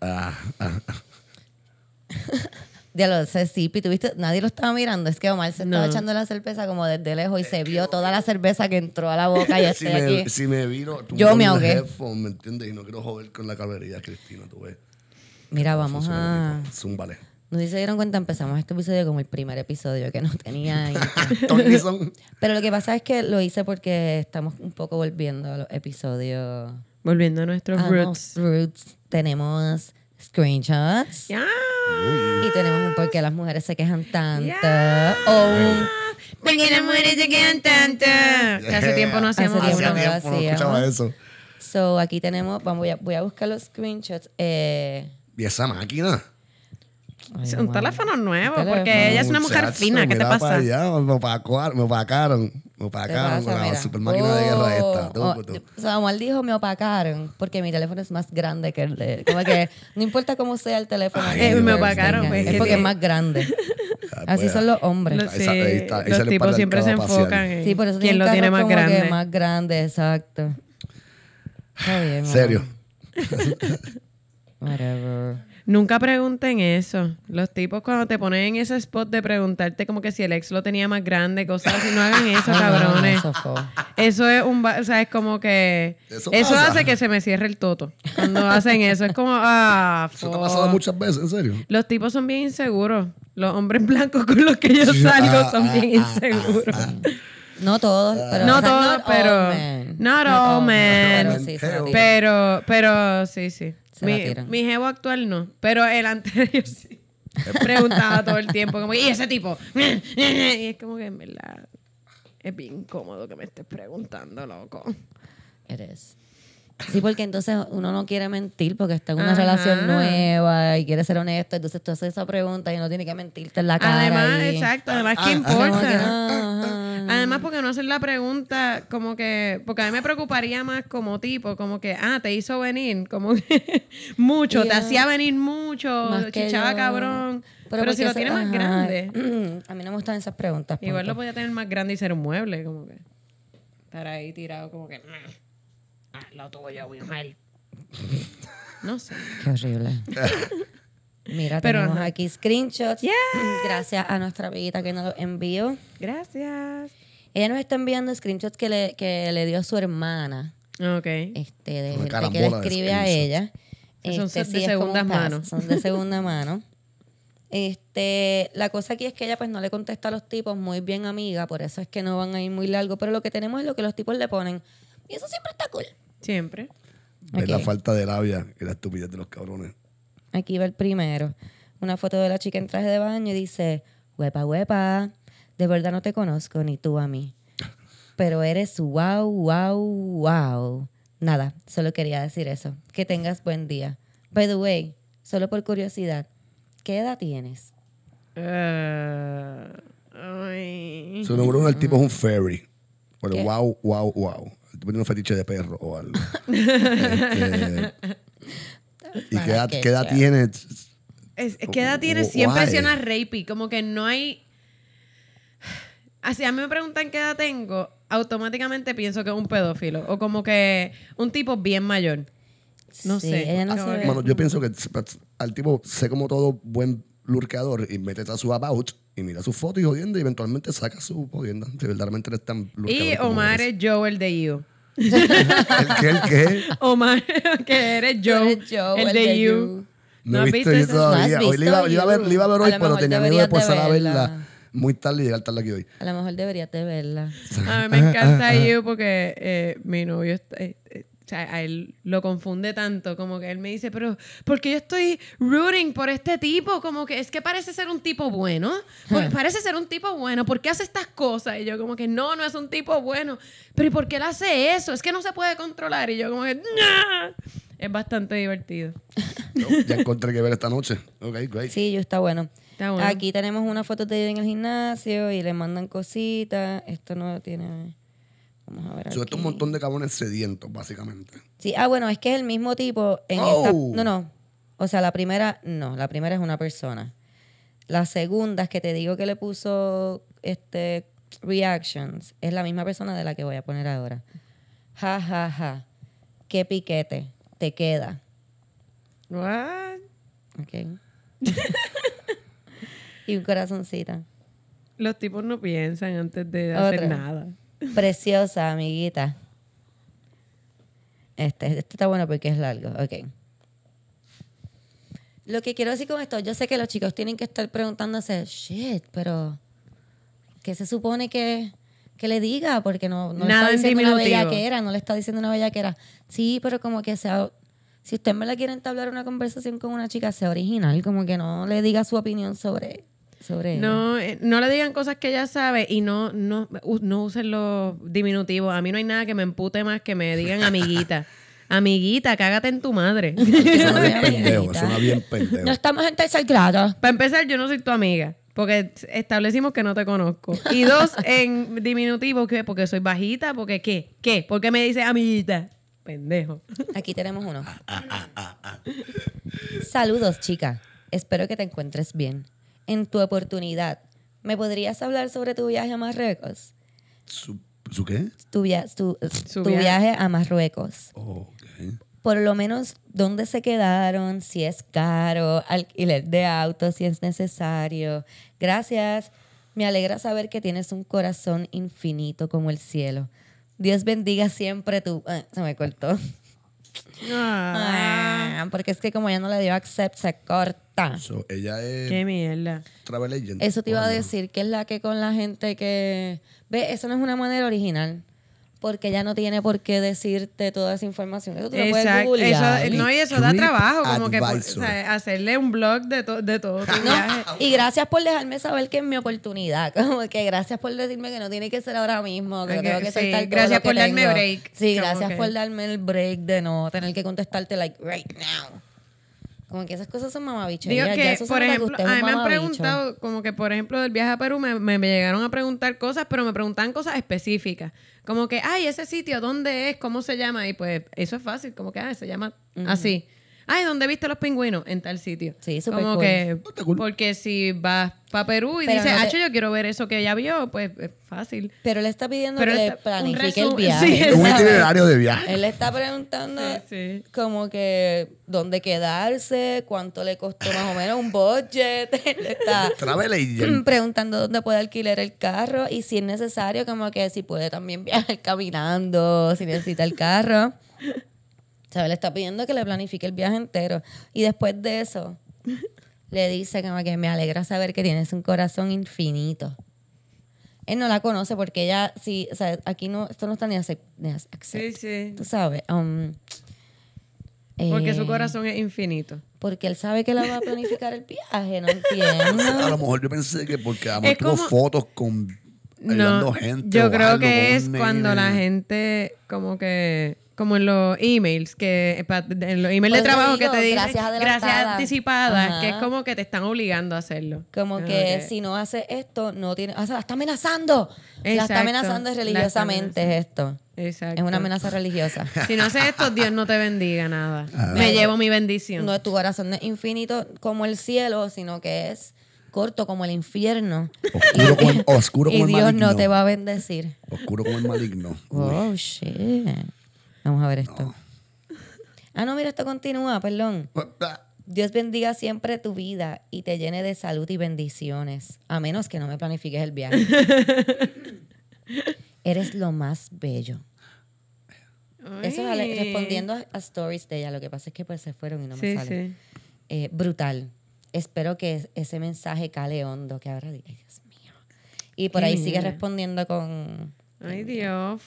Speaker 1: Diablo, Cecipi, ¿tuviste? Nadie lo estaba mirando. Es que Omar se estaba
Speaker 2: No.
Speaker 1: echando la cerveza como desde lejos y se vio toda la cerveza que entró a la boca y yo estoy aquí.
Speaker 3: Si me vino,
Speaker 1: Yo me ahogué.
Speaker 3: Headphone, ¿me entiendes? Y no quiero joder con la caballería, Cristina, tú ves.
Speaker 1: Mira, vamos a...
Speaker 3: Zúmbale.
Speaker 1: No sé si se dieron cuenta, empezamos este episodio como el primer episodio que no tenía intro.
Speaker 3: Tonyson.
Speaker 1: Pero lo que pasa es que lo hice porque estamos un poco volviendo a los episodios.
Speaker 2: Volviendo a nuestros
Speaker 1: a
Speaker 2: roots.
Speaker 1: los roots. Tenemos screenshots.
Speaker 2: Ya.
Speaker 1: Y tenemos un por qué las mujeres se quejan tanto.
Speaker 2: Ya.
Speaker 1: O un...
Speaker 2: Porque las mujeres se quedan tanto. Que hace tiempo no hacíamos
Speaker 1: Hace
Speaker 3: Hacía
Speaker 1: tiempo
Speaker 2: uno.
Speaker 3: tiempo no
Speaker 1: hacíamos.
Speaker 3: escuchaba eso.
Speaker 1: So, aquí tenemos... voy a buscar los screenshots.
Speaker 3: ¿Y esa máquina?
Speaker 1: Ay,
Speaker 2: Un
Speaker 1: Omar.
Speaker 2: teléfono nuevo,
Speaker 1: Un
Speaker 2: porque
Speaker 1: teléfono.
Speaker 2: ella es una mujer
Speaker 3: Muchacho,
Speaker 2: fina. ¿Qué te
Speaker 3: mira
Speaker 2: pasa?
Speaker 3: para allá, me opacaron
Speaker 1: ¿Qué
Speaker 3: con
Speaker 1: pasa?
Speaker 3: la
Speaker 1: Mira.
Speaker 3: super máquina de guerra esta.
Speaker 1: O sea, Omar dijo, me opacaron, porque mi teléfono es más grande que el de... Como que no importa cómo sea el teléfono.
Speaker 3: Ay,
Speaker 1: que
Speaker 2: me
Speaker 1: Dios
Speaker 2: opacaron,
Speaker 1: tenga,
Speaker 2: pues,
Speaker 1: es
Speaker 2: que
Speaker 1: porque es
Speaker 2: tiene-
Speaker 1: más grande.
Speaker 3: Ah,
Speaker 1: Así
Speaker 3: pues,
Speaker 1: son los hombres.
Speaker 2: Los,
Speaker 3: Ahí está, ahí está, ahí
Speaker 2: los
Speaker 3: sale
Speaker 2: tipos
Speaker 3: para el
Speaker 2: siempre se
Speaker 3: cabo facial.
Speaker 2: enfocan en
Speaker 1: Sí, por eso
Speaker 2: quién lo
Speaker 1: tienen
Speaker 2: tiene
Speaker 1: carros
Speaker 2: más
Speaker 1: como
Speaker 2: grande.
Speaker 1: que más grande, exacto. Está bien, Omar.
Speaker 3: Serio.
Speaker 1: Whatever.
Speaker 2: Nunca pregunten eso. Los tipos cuando te ponen en ese spot de preguntarte como que si el ex lo tenía más grande, cosas así, no hagan eso,
Speaker 1: Ay, no,
Speaker 2: cabrones.
Speaker 1: no, eso fue.
Speaker 2: Eso es o sea, es como que
Speaker 3: Eso
Speaker 2: eso
Speaker 3: pasa.
Speaker 2: hace que se me cierre el toto. Cuando hacen eso, es como
Speaker 3: Eso te ha
Speaker 2: fuck.
Speaker 3: pasado muchas veces, en serio.
Speaker 2: Los tipos son bien inseguros. Los hombres blancos con los que yo salgo son bien inseguros.
Speaker 1: No todos, pero...
Speaker 2: No
Speaker 1: o sea,
Speaker 2: todos,
Speaker 1: not
Speaker 2: pero-
Speaker 1: all men.
Speaker 2: not all men.
Speaker 1: Pero sí, se la
Speaker 3: Hell.
Speaker 1: tiran.
Speaker 2: Pero sí.
Speaker 1: Se la
Speaker 2: Mi,
Speaker 1: tiran.
Speaker 2: mi jevo actual no, pero el anterior sí. Preguntaba todo el tiempo como, ¿y ese tipo? Y es como que en verdad es bien incómodo que me estés preguntando, loco.
Speaker 1: Eres. Sí, porque entonces uno no quiere mentir porque está en una
Speaker 2: Ajá.
Speaker 1: relación nueva y quiere ser honesto. Entonces tú haces esa pregunta y uno tiene que mentirte en la cara.
Speaker 2: Además,
Speaker 1: y-
Speaker 2: exacto, además, ¿qué
Speaker 1: Como que
Speaker 2: importa?
Speaker 1: no, ajá.
Speaker 2: Además, porque no hacer la pregunta como que... Porque a mí me preocuparía más como tipo, como que, te hizo venir, como que mucho, te
Speaker 1: Yeah.
Speaker 2: hacía venir mucho,
Speaker 1: Más que
Speaker 2: chichaba
Speaker 1: yo.
Speaker 2: cabrón. Pero
Speaker 1: porque
Speaker 2: si lo
Speaker 1: eso-
Speaker 2: tiene más
Speaker 1: ajá.
Speaker 2: grande,
Speaker 1: A mí no me gustan esas preguntas.
Speaker 2: igual
Speaker 1: punto.
Speaker 2: lo podía tener más grande y ser un mueble, como que estar ahí tirado como que... lo tuyo, mujer. No sé.
Speaker 1: Qué horrible. Mira,
Speaker 2: Pero,
Speaker 1: tenemos
Speaker 2: ajá.
Speaker 1: aquí screenshots.
Speaker 2: Yes.
Speaker 1: Gracias a nuestra amiguita que nos los envió.
Speaker 2: Gracias.
Speaker 1: Ella nos está enviando screenshots que le dio su hermana.
Speaker 2: Ok.
Speaker 1: De
Speaker 3: Una
Speaker 1: gente que le
Speaker 3: carambola de
Speaker 1: escribe a
Speaker 3: screenshots.
Speaker 1: ella.
Speaker 2: Son de
Speaker 1: es como
Speaker 2: segunda
Speaker 1: un pass,
Speaker 2: mano.
Speaker 1: Son de segunda mano. La cosa aquí es que ella pues no le contesta a los tipos, muy bien amiga, por eso es que no van a ir muy largo, pero lo que tenemos es lo que los tipos le ponen. Y eso siempre está cool.
Speaker 2: Siempre.
Speaker 3: Es la
Speaker 1: Ok.
Speaker 3: falta de labia y la estupidez de los cabrones.
Speaker 1: Aquí va el primero. Una foto de la chica en traje de baño y dice, huepa, huepa, de verdad no te conozco ni tú a mí. pero eres wow, wow, wow. Nada, solo quería decir eso. Que tengas buen día. By the way, solo por curiosidad, ¿qué edad tienes?
Speaker 2: Ay.
Speaker 3: Su número uno, el tipo es un fairy. Pero
Speaker 1: ¿Qué?
Speaker 3: wow, wow, wow. El tipo tiene un fetiche de perro o algo. ¿Y qué edad tiene?
Speaker 2: ¿Qué edad tienes?
Speaker 3: Why?
Speaker 2: Siempre suena rapey. Como que no hay... Así a mí me preguntan qué edad tengo, automáticamente pienso que es un pedófilo. O como que un tipo bien mayor. No
Speaker 1: Sí,
Speaker 2: sé.
Speaker 1: ella no
Speaker 2: Como
Speaker 1: se
Speaker 2: que-
Speaker 1: ve.
Speaker 3: Bueno, yo pienso que al tipo, sé como todo buen lurkeador y métete a su about y mira su foto y jodiendo y eventualmente saca su jodienda. Si verdaderamente eres tan lurkeador
Speaker 2: Y
Speaker 3: como
Speaker 2: Omar
Speaker 3: eres.
Speaker 2: es Joe, el de You.
Speaker 3: ¿El qué?
Speaker 2: Omar, que eres
Speaker 1: Tú
Speaker 2: Joe,
Speaker 1: eres Joe,
Speaker 2: el de You.
Speaker 3: No
Speaker 2: ¿No
Speaker 3: he
Speaker 2: has
Speaker 3: visto
Speaker 2: visto
Speaker 3: yo
Speaker 2: esa?
Speaker 3: todavía.
Speaker 1: ¿No has
Speaker 3: Hoy le iba
Speaker 1: visto
Speaker 3: a ver
Speaker 1: You?
Speaker 3: hoy,
Speaker 1: A lo
Speaker 3: pero
Speaker 1: mejor
Speaker 3: tenía miedo de
Speaker 1: deberías de
Speaker 3: forzar a verla
Speaker 1: verla.
Speaker 3: muy tarde y llegar tarde aquí hoy.
Speaker 1: A lo mejor deberías de verla.
Speaker 2: A mí me encanta You porque mi novio está, o sea, a él lo confunde tanto, como que él me dice, pero ¿por qué yo estoy rooting por este tipo? Como que es que parece ser un tipo bueno. Parece ser un tipo bueno. ¿Por qué hace estas cosas? Y yo como que no es un tipo bueno. Pero ¿y por qué él hace eso? Es que no se puede controlar. Y yo como que ¡nah! Es bastante divertido.
Speaker 3: No, ya encontré que ver esta noche. Ok, great.
Speaker 1: Sí, yo está bueno.
Speaker 2: Está bueno.
Speaker 1: Aquí tenemos una foto de ella en el gimnasio y le mandan cositas. Esto no tiene... Vamos a ver
Speaker 3: Esto es
Speaker 1: aquí.
Speaker 3: un montón de cabrones sedientos, básicamente.
Speaker 1: Sí, bueno, es que es el mismo tipo en
Speaker 3: Oh.
Speaker 1: esta... No. O sea, la primera, no. La primera es una persona. La segunda es que te digo que le puso reactions. Es la misma persona de la que voy a poner ahora. Ja, ja, ja. Qué piquete. Te queda.
Speaker 2: What?
Speaker 1: Ok. Y un corazoncito.
Speaker 2: Los tipos no piensan antes de hacer
Speaker 1: Otra.
Speaker 2: nada.
Speaker 1: Preciosa, amiguita. Este está bueno porque es largo. Ok. Lo que quiero decir con esto, yo sé que los chicos tienen que estar preguntándose, shit, pero ¿qué se supone que le diga? Porque no le
Speaker 2: Nada
Speaker 1: está
Speaker 2: en
Speaker 1: diciendo una
Speaker 2: diminutivo.
Speaker 1: bellaquera, no le está diciendo una bellaquera. Sí, pero como que sea... Si usted me la quiere entablar una conversación con una chica, sea original, como que no le diga su opinión sobre ella.
Speaker 2: No le digan cosas que ella sabe y no usen los diminutivos. A mí no hay nada que me empute más que me digan amiguita. Amiguita, cágate en tu madre.
Speaker 3: Suena bien
Speaker 1: Amiguita.
Speaker 3: pendejo, suena bien pendejo.
Speaker 1: No estamos en tercer grado.
Speaker 2: Para empezar, yo no soy tu amiga. Porque establecimos que no te conozco. Y dos, en diminutivo, ¿qué? Porque soy bajita, porque ¿qué? ¿Qué? ¿Por qué me dice amiguita? Pendejo.
Speaker 1: Aquí tenemos uno. Saludos, chica. Espero que te encuentres bien. En tu oportunidad, ¿me podrías hablar sobre tu viaje a Marruecos?
Speaker 3: ¿Su qué?
Speaker 1: Tu
Speaker 2: viaje.
Speaker 1: viaje a Marruecos.
Speaker 3: Oh, ok.
Speaker 1: Por lo menos, ¿dónde se quedaron? Si es caro, alquiler de auto, si es necesario. Gracias. Me alegra saber que tienes un corazón infinito como el cielo. Dios bendiga siempre tu... se me cortó. Porque es que como ya no le dio accept, se corta.
Speaker 3: So, ella es
Speaker 2: Qué mierda.
Speaker 3: travel agent.
Speaker 1: Eso te iba a
Speaker 3: Oh, no.
Speaker 1: decir, que es la que con la gente que... Ve, eso no es una manera original. Porque ella no tiene por qué decirte toda esa información. Eso tú lo puedes
Speaker 2: Exacto.
Speaker 1: googlear.
Speaker 2: No, y eso da
Speaker 3: Trip
Speaker 2: trabajo, como que
Speaker 3: advisor.
Speaker 2: o sea, hacerle un blog de todo tu
Speaker 1: No,
Speaker 2: viaje.
Speaker 1: y gracias por dejarme saber que es mi oportunidad. Como que gracias por decirme que no tiene que ser ahora mismo, que no
Speaker 2: Ok,
Speaker 1: tengo que
Speaker 2: sí,
Speaker 1: soltar todo
Speaker 2: gracias
Speaker 1: lo que
Speaker 2: por darme
Speaker 1: tengo.
Speaker 2: break.
Speaker 1: Sí,
Speaker 2: Como
Speaker 1: gracias
Speaker 2: que-
Speaker 1: por darme el break de no tener que contestarte like right now. Como que esas cosas son
Speaker 2: Digo
Speaker 1: mamabicherías. Ya
Speaker 2: que,
Speaker 1: eso se
Speaker 2: por
Speaker 1: nota que
Speaker 2: ejemplo,
Speaker 1: usted es
Speaker 2: a
Speaker 1: un
Speaker 2: mí me han
Speaker 1: mamabicho.
Speaker 2: preguntado, como que, por ejemplo, del viaje a Perú, me llegaron a preguntar cosas, pero me preguntaban cosas específicas. Como que, ay, ese sitio, ¿dónde es? ¿Cómo se llama? Y pues, eso es fácil, como que, se llama así. Ay, ¿dónde viste los pingüinos? En tal sitio.
Speaker 1: Sí, súper
Speaker 2: Como
Speaker 1: cool.
Speaker 2: que,
Speaker 3: Está cool.
Speaker 2: porque si vas para Perú y
Speaker 1: Pero
Speaker 2: dices,
Speaker 1: no te-
Speaker 2: Hacho, yo quiero ver eso que ella vio, pues es fácil.
Speaker 1: Pero él está pidiendo
Speaker 2: Pero
Speaker 1: que le
Speaker 2: está- un
Speaker 1: planifique el
Speaker 2: resumen-
Speaker 1: viaje.
Speaker 2: sí,
Speaker 3: Un
Speaker 1: ¿sabes?
Speaker 3: itinerario de viaje.
Speaker 1: Él le está preguntando
Speaker 2: Sí, sí.
Speaker 1: como que dónde quedarse, cuánto le costó más o menos un budget. Él está
Speaker 3: Travel agent.
Speaker 1: preguntando dónde puede alquilar el carro y si es necesario, como que si puede también viajar caminando, si necesita el carro. ¿Sabes? Le está pidiendo que le planifique el viaje entero. Y después de eso, le dice como que me alegra saber que tienes un corazón infinito. Él no la conoce porque ella, sí, o sea, aquí no, esto no está ni accept.
Speaker 2: Sí, sí.
Speaker 1: Tú sabes.
Speaker 2: Porque
Speaker 1: eh,
Speaker 2: su corazón es infinito.
Speaker 1: Porque él sabe que la va a planificar el viaje, no
Speaker 3: A
Speaker 1: entiendo.
Speaker 3: lo mejor yo pensé que porque a lo
Speaker 2: Es
Speaker 3: mejor tuvo
Speaker 2: como-
Speaker 3: fotos con ayudando gente.
Speaker 2: yo
Speaker 3: o
Speaker 2: creo
Speaker 3: algo,
Speaker 2: que
Speaker 3: con
Speaker 2: es
Speaker 3: un
Speaker 2: cuando la
Speaker 3: nene.
Speaker 2: gente como en los emails, en los emails
Speaker 1: Por
Speaker 2: de
Speaker 1: eso
Speaker 2: trabajo
Speaker 1: digo,
Speaker 2: que te dicen
Speaker 1: gracias adelantadas.
Speaker 2: gracias anticipadas,
Speaker 1: Ajá.
Speaker 2: que es como que te están obligando a hacerlo.
Speaker 1: Como
Speaker 2: Como
Speaker 1: que si no hace esto, no tiene... O sea, la está amenazando. La está
Speaker 2: Exacto,
Speaker 1: amenazando
Speaker 2: la está
Speaker 1: religiosamente, es esto.
Speaker 2: Exacto.
Speaker 1: Es una amenaza religiosa.
Speaker 2: Si no haces esto, Dios no te bendiga nada.
Speaker 3: Ah.
Speaker 2: Me llevo mi bendición.
Speaker 1: No, tu corazón no es infinito como el cielo, sino que es corto como el infierno.
Speaker 3: Oscuro
Speaker 1: Y
Speaker 3: como el
Speaker 1: Dios
Speaker 3: maligno.
Speaker 1: no te va a bendecir.
Speaker 3: Oscuro como el maligno.
Speaker 1: Oh, shit. Vamos a ver esto. Ah, no, mira, esto continúa, perdón. Dios bendiga siempre tu vida y te llene de salud y bendiciones, a menos que no me planifiques el viaje. Eres lo más bello. Eso es
Speaker 2: Ay.
Speaker 1: respondiendo a stories de ella. Lo que pasa es que pues se fueron y no me
Speaker 2: Sí,
Speaker 1: sale.
Speaker 2: sí.
Speaker 1: Brutal. Espero que ese mensaje cale hondo, que ahora diga, "Ay, Dios mío". Y por
Speaker 2: Qué
Speaker 1: ahí sigue
Speaker 2: mierda.
Speaker 1: respondiendo con...
Speaker 2: Ay, Dios,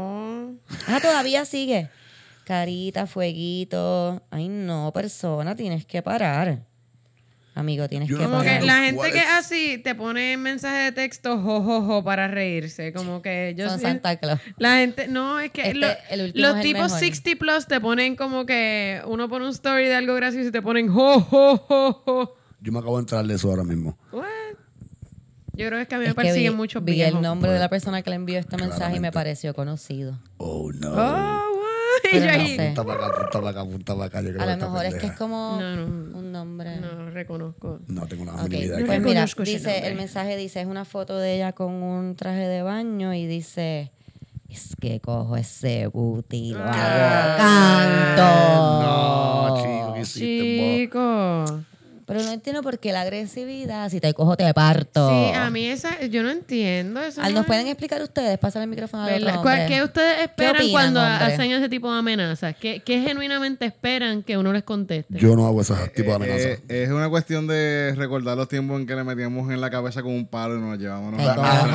Speaker 1: todavía sigue. Carita, fueguito. Ay, no, persona, tienes que parar. Amigo, tienes
Speaker 3: Yo
Speaker 1: que
Speaker 3: no
Speaker 2: Como
Speaker 1: parar.
Speaker 2: que la gente
Speaker 3: ¿Cuál
Speaker 2: que
Speaker 3: es?
Speaker 2: es así te pone mensaje de texto jo, para reírse. Como que yo
Speaker 1: Son
Speaker 2: sé-
Speaker 1: Santa Claus.
Speaker 2: La gente, no, es que
Speaker 1: El último
Speaker 2: los
Speaker 1: es el
Speaker 2: tipos
Speaker 1: mejor.
Speaker 2: 60 plus te ponen como que uno pone un story de algo gracioso y te ponen jo.
Speaker 3: Yo me acabo de entrar de eso ahora mismo.
Speaker 2: What? Yo creo que es que a mí
Speaker 1: Es
Speaker 2: me
Speaker 1: que
Speaker 2: persiguen muchos
Speaker 1: vi
Speaker 2: viejos.
Speaker 1: el nombre de la persona que le envió este mensaje y me
Speaker 3: Claramente.
Speaker 1: pareció conocido.
Speaker 3: Oh, no.
Speaker 2: Oh, what? Y
Speaker 1: Pero
Speaker 2: yo
Speaker 1: no
Speaker 2: ahí,
Speaker 1: sé.
Speaker 3: Punta para acá, punta para acá, punta para acá. Yo creo
Speaker 1: A
Speaker 3: que
Speaker 1: lo
Speaker 3: esta
Speaker 1: mejor es que es
Speaker 3: pendeja.
Speaker 1: como
Speaker 2: No.
Speaker 1: un nombre.
Speaker 2: No reconozco.
Speaker 3: No tengo una
Speaker 1: Ok,
Speaker 3: mínima idea.
Speaker 2: No
Speaker 1: pues mira,
Speaker 2: reconozco ese
Speaker 1: dice,
Speaker 2: nombre.
Speaker 1: el mensaje dice, es una foto de ella con un traje de baño y dice, es que cojo ese booty y lo hago canto.
Speaker 3: No, chico, ¿qué hiciste,
Speaker 2: Chico.
Speaker 1: Pero no entiendo por qué la agresividad, si te cojo te parto.
Speaker 2: Sí, a mí yo no entiendo eso.
Speaker 1: ¿Nos
Speaker 2: no
Speaker 1: pueden
Speaker 2: es-
Speaker 1: explicar ustedes? Pásale el micrófono al otro
Speaker 2: ¿Verdad?
Speaker 1: hombre.
Speaker 2: ¿Qué ustedes esperan
Speaker 1: opinan,
Speaker 2: cuando
Speaker 1: hombre?
Speaker 2: hacen ese tipo de amenazas? ¿Qué genuinamente esperan que uno les conteste?
Speaker 3: Yo no hago ese tipo de amenazas.
Speaker 4: Es una cuestión de recordar los tiempos en que le metíamos en la cabeza con un palo y nos llevábamos.
Speaker 1: Te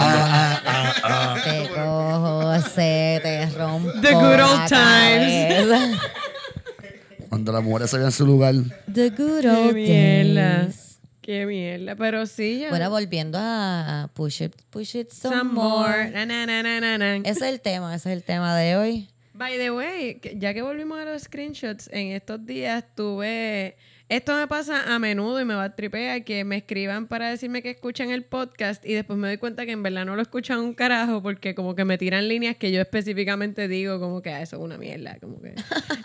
Speaker 1: cojo, te cojo, se te rompo
Speaker 2: The good old
Speaker 1: la
Speaker 2: times.
Speaker 1: cabeza.
Speaker 3: Cuando las mujeres se vean en su lugar,
Speaker 1: The good
Speaker 2: Qué
Speaker 1: old
Speaker 2: mierda.
Speaker 1: days.
Speaker 2: Qué mierda. Pero sí, ya.
Speaker 1: Bueno, volviendo a push it some,
Speaker 2: Some
Speaker 1: more.
Speaker 2: more. Na.
Speaker 1: Ese es el tema de hoy.
Speaker 2: By the way, ya que volvimos a los screenshots, en estos días tuve... Esto me pasa a menudo y me va a tripear que me escriban para decirme que escuchan el podcast y después me doy cuenta que en verdad no lo escuchan un carajo porque como que me tiran líneas que yo específicamente digo como que eso es una mierda, como que...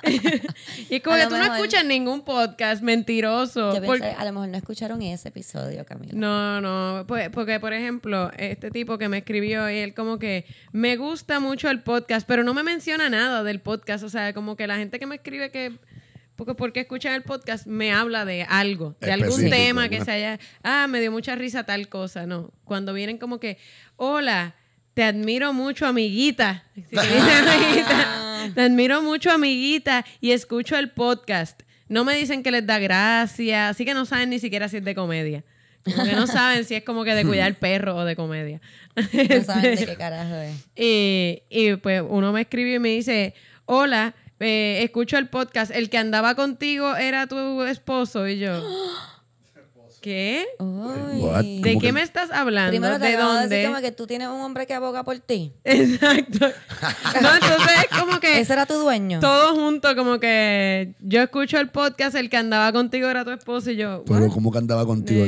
Speaker 2: y es como
Speaker 1: A
Speaker 2: que
Speaker 1: lo
Speaker 2: tú no
Speaker 1: mejor-
Speaker 2: escuchas ningún podcast, mentiroso.
Speaker 1: Yo
Speaker 2: porque-
Speaker 1: pensé, a lo mejor no escucharon ese episodio, Camila.
Speaker 2: No, pues, porque por ejemplo, este tipo que me escribió, él como que me gusta mucho el podcast, pero no me menciona nada del podcast, o sea, como que la gente que me escribe que porque escuchan el podcast me habla de algo, de algún
Speaker 3: Específico,
Speaker 2: tema que
Speaker 3: alguna-
Speaker 2: se haya, me dio mucha risa tal cosa, no. Cuando vienen como que, hola, te admiro mucho, amiguita. Si te dicen amiguita, te admiro mucho, amiguita, y escucho el podcast. No me dicen que les da gracia, así que no saben ni siquiera si es de comedia. Como que no saben si es como que de cuidar perro o de comedia.
Speaker 1: No saben de qué carajo es.
Speaker 2: Y pues uno me escribió y me dice, hola, escucho el podcast, el que andaba contigo era tu esposo. Y yo, ¿qué?
Speaker 3: What?
Speaker 1: Ay.
Speaker 2: ¿De
Speaker 3: ¿Cómo
Speaker 2: qué
Speaker 3: que-
Speaker 2: me estás hablando?
Speaker 1: Primero te
Speaker 2: ¿De
Speaker 1: acabo de decir
Speaker 2: dónde?
Speaker 1: como que tú tienes un hombre que aboga por ti.
Speaker 2: Exacto. No, entonces es como que
Speaker 1: Ese era tu dueño.
Speaker 2: todo junto, como que yo escucho el podcast, el que andaba contigo era tu esposo. Y yo,
Speaker 3: Pero
Speaker 2: ¿what?
Speaker 3: ¿cómo que andaba contigo?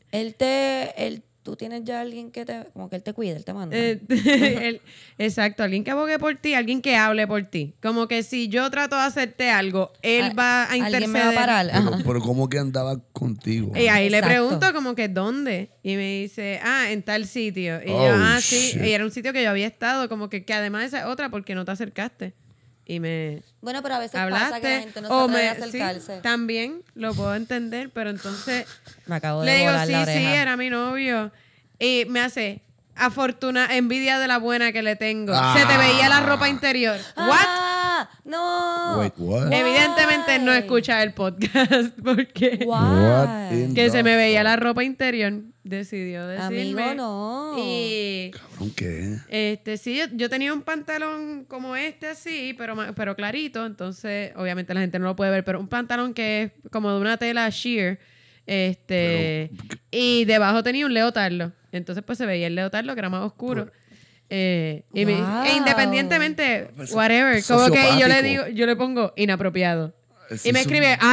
Speaker 1: Tú tienes ya alguien que como que él te cuida, él te manda.
Speaker 2: Exacto, alguien que abogue por ti, alguien que hable por ti. Como que si yo trato de hacerte algo, él va a interceder.
Speaker 1: Alguien me va a parar. Ajá.
Speaker 3: Pero ¿cómo que andaba contigo?
Speaker 2: Y ahí le
Speaker 1: Exacto.
Speaker 2: pregunto como que ¿dónde? Y me dice, en tal sitio. Y
Speaker 3: Oh,
Speaker 2: yo, sí.
Speaker 3: shit.
Speaker 2: Y era un sitio que yo había estado, como que además esa es otra porque no te acercaste. Y me
Speaker 1: Bueno, pero a veces pasa
Speaker 2: hablaste.
Speaker 1: que la gente no se atreve a
Speaker 2: sí,
Speaker 1: acercarse.
Speaker 2: también lo puedo entender, pero entonces
Speaker 1: Me acabo de
Speaker 2: le digo,
Speaker 1: volar
Speaker 2: sí,
Speaker 1: la
Speaker 2: sí,
Speaker 1: oreja.
Speaker 2: era mi novio. Y me hace, envidia de la buena que le tengo.
Speaker 3: Ah.
Speaker 2: Se te veía la ropa interior. ¿What?
Speaker 1: ¡Ah! ¡No!
Speaker 3: Wait, what?
Speaker 2: Evidentemente no escucha el podcast porque
Speaker 3: What in
Speaker 2: que
Speaker 3: the
Speaker 2: se me veía
Speaker 3: fuck?
Speaker 2: la ropa interior. Decidió decirme.
Speaker 1: Amigo, no.
Speaker 2: Y
Speaker 3: Cabrón, ¿qué?
Speaker 2: sí, yo tenía un pantalón como este así, pero clarito. Entonces, obviamente la gente no lo puede ver, pero un pantalón que es como de una tela sheer. Y debajo tenía un leotardo. Entonces, pues se veía el leotardo que era más oscuro.
Speaker 1: Wow.
Speaker 2: E independientemente,
Speaker 3: Pues,
Speaker 2: whatever, como que yo le
Speaker 3: sociopático.
Speaker 2: digo, yo le pongo inapropiado.
Speaker 3: Ese
Speaker 2: Y me
Speaker 3: es un-
Speaker 2: escribe,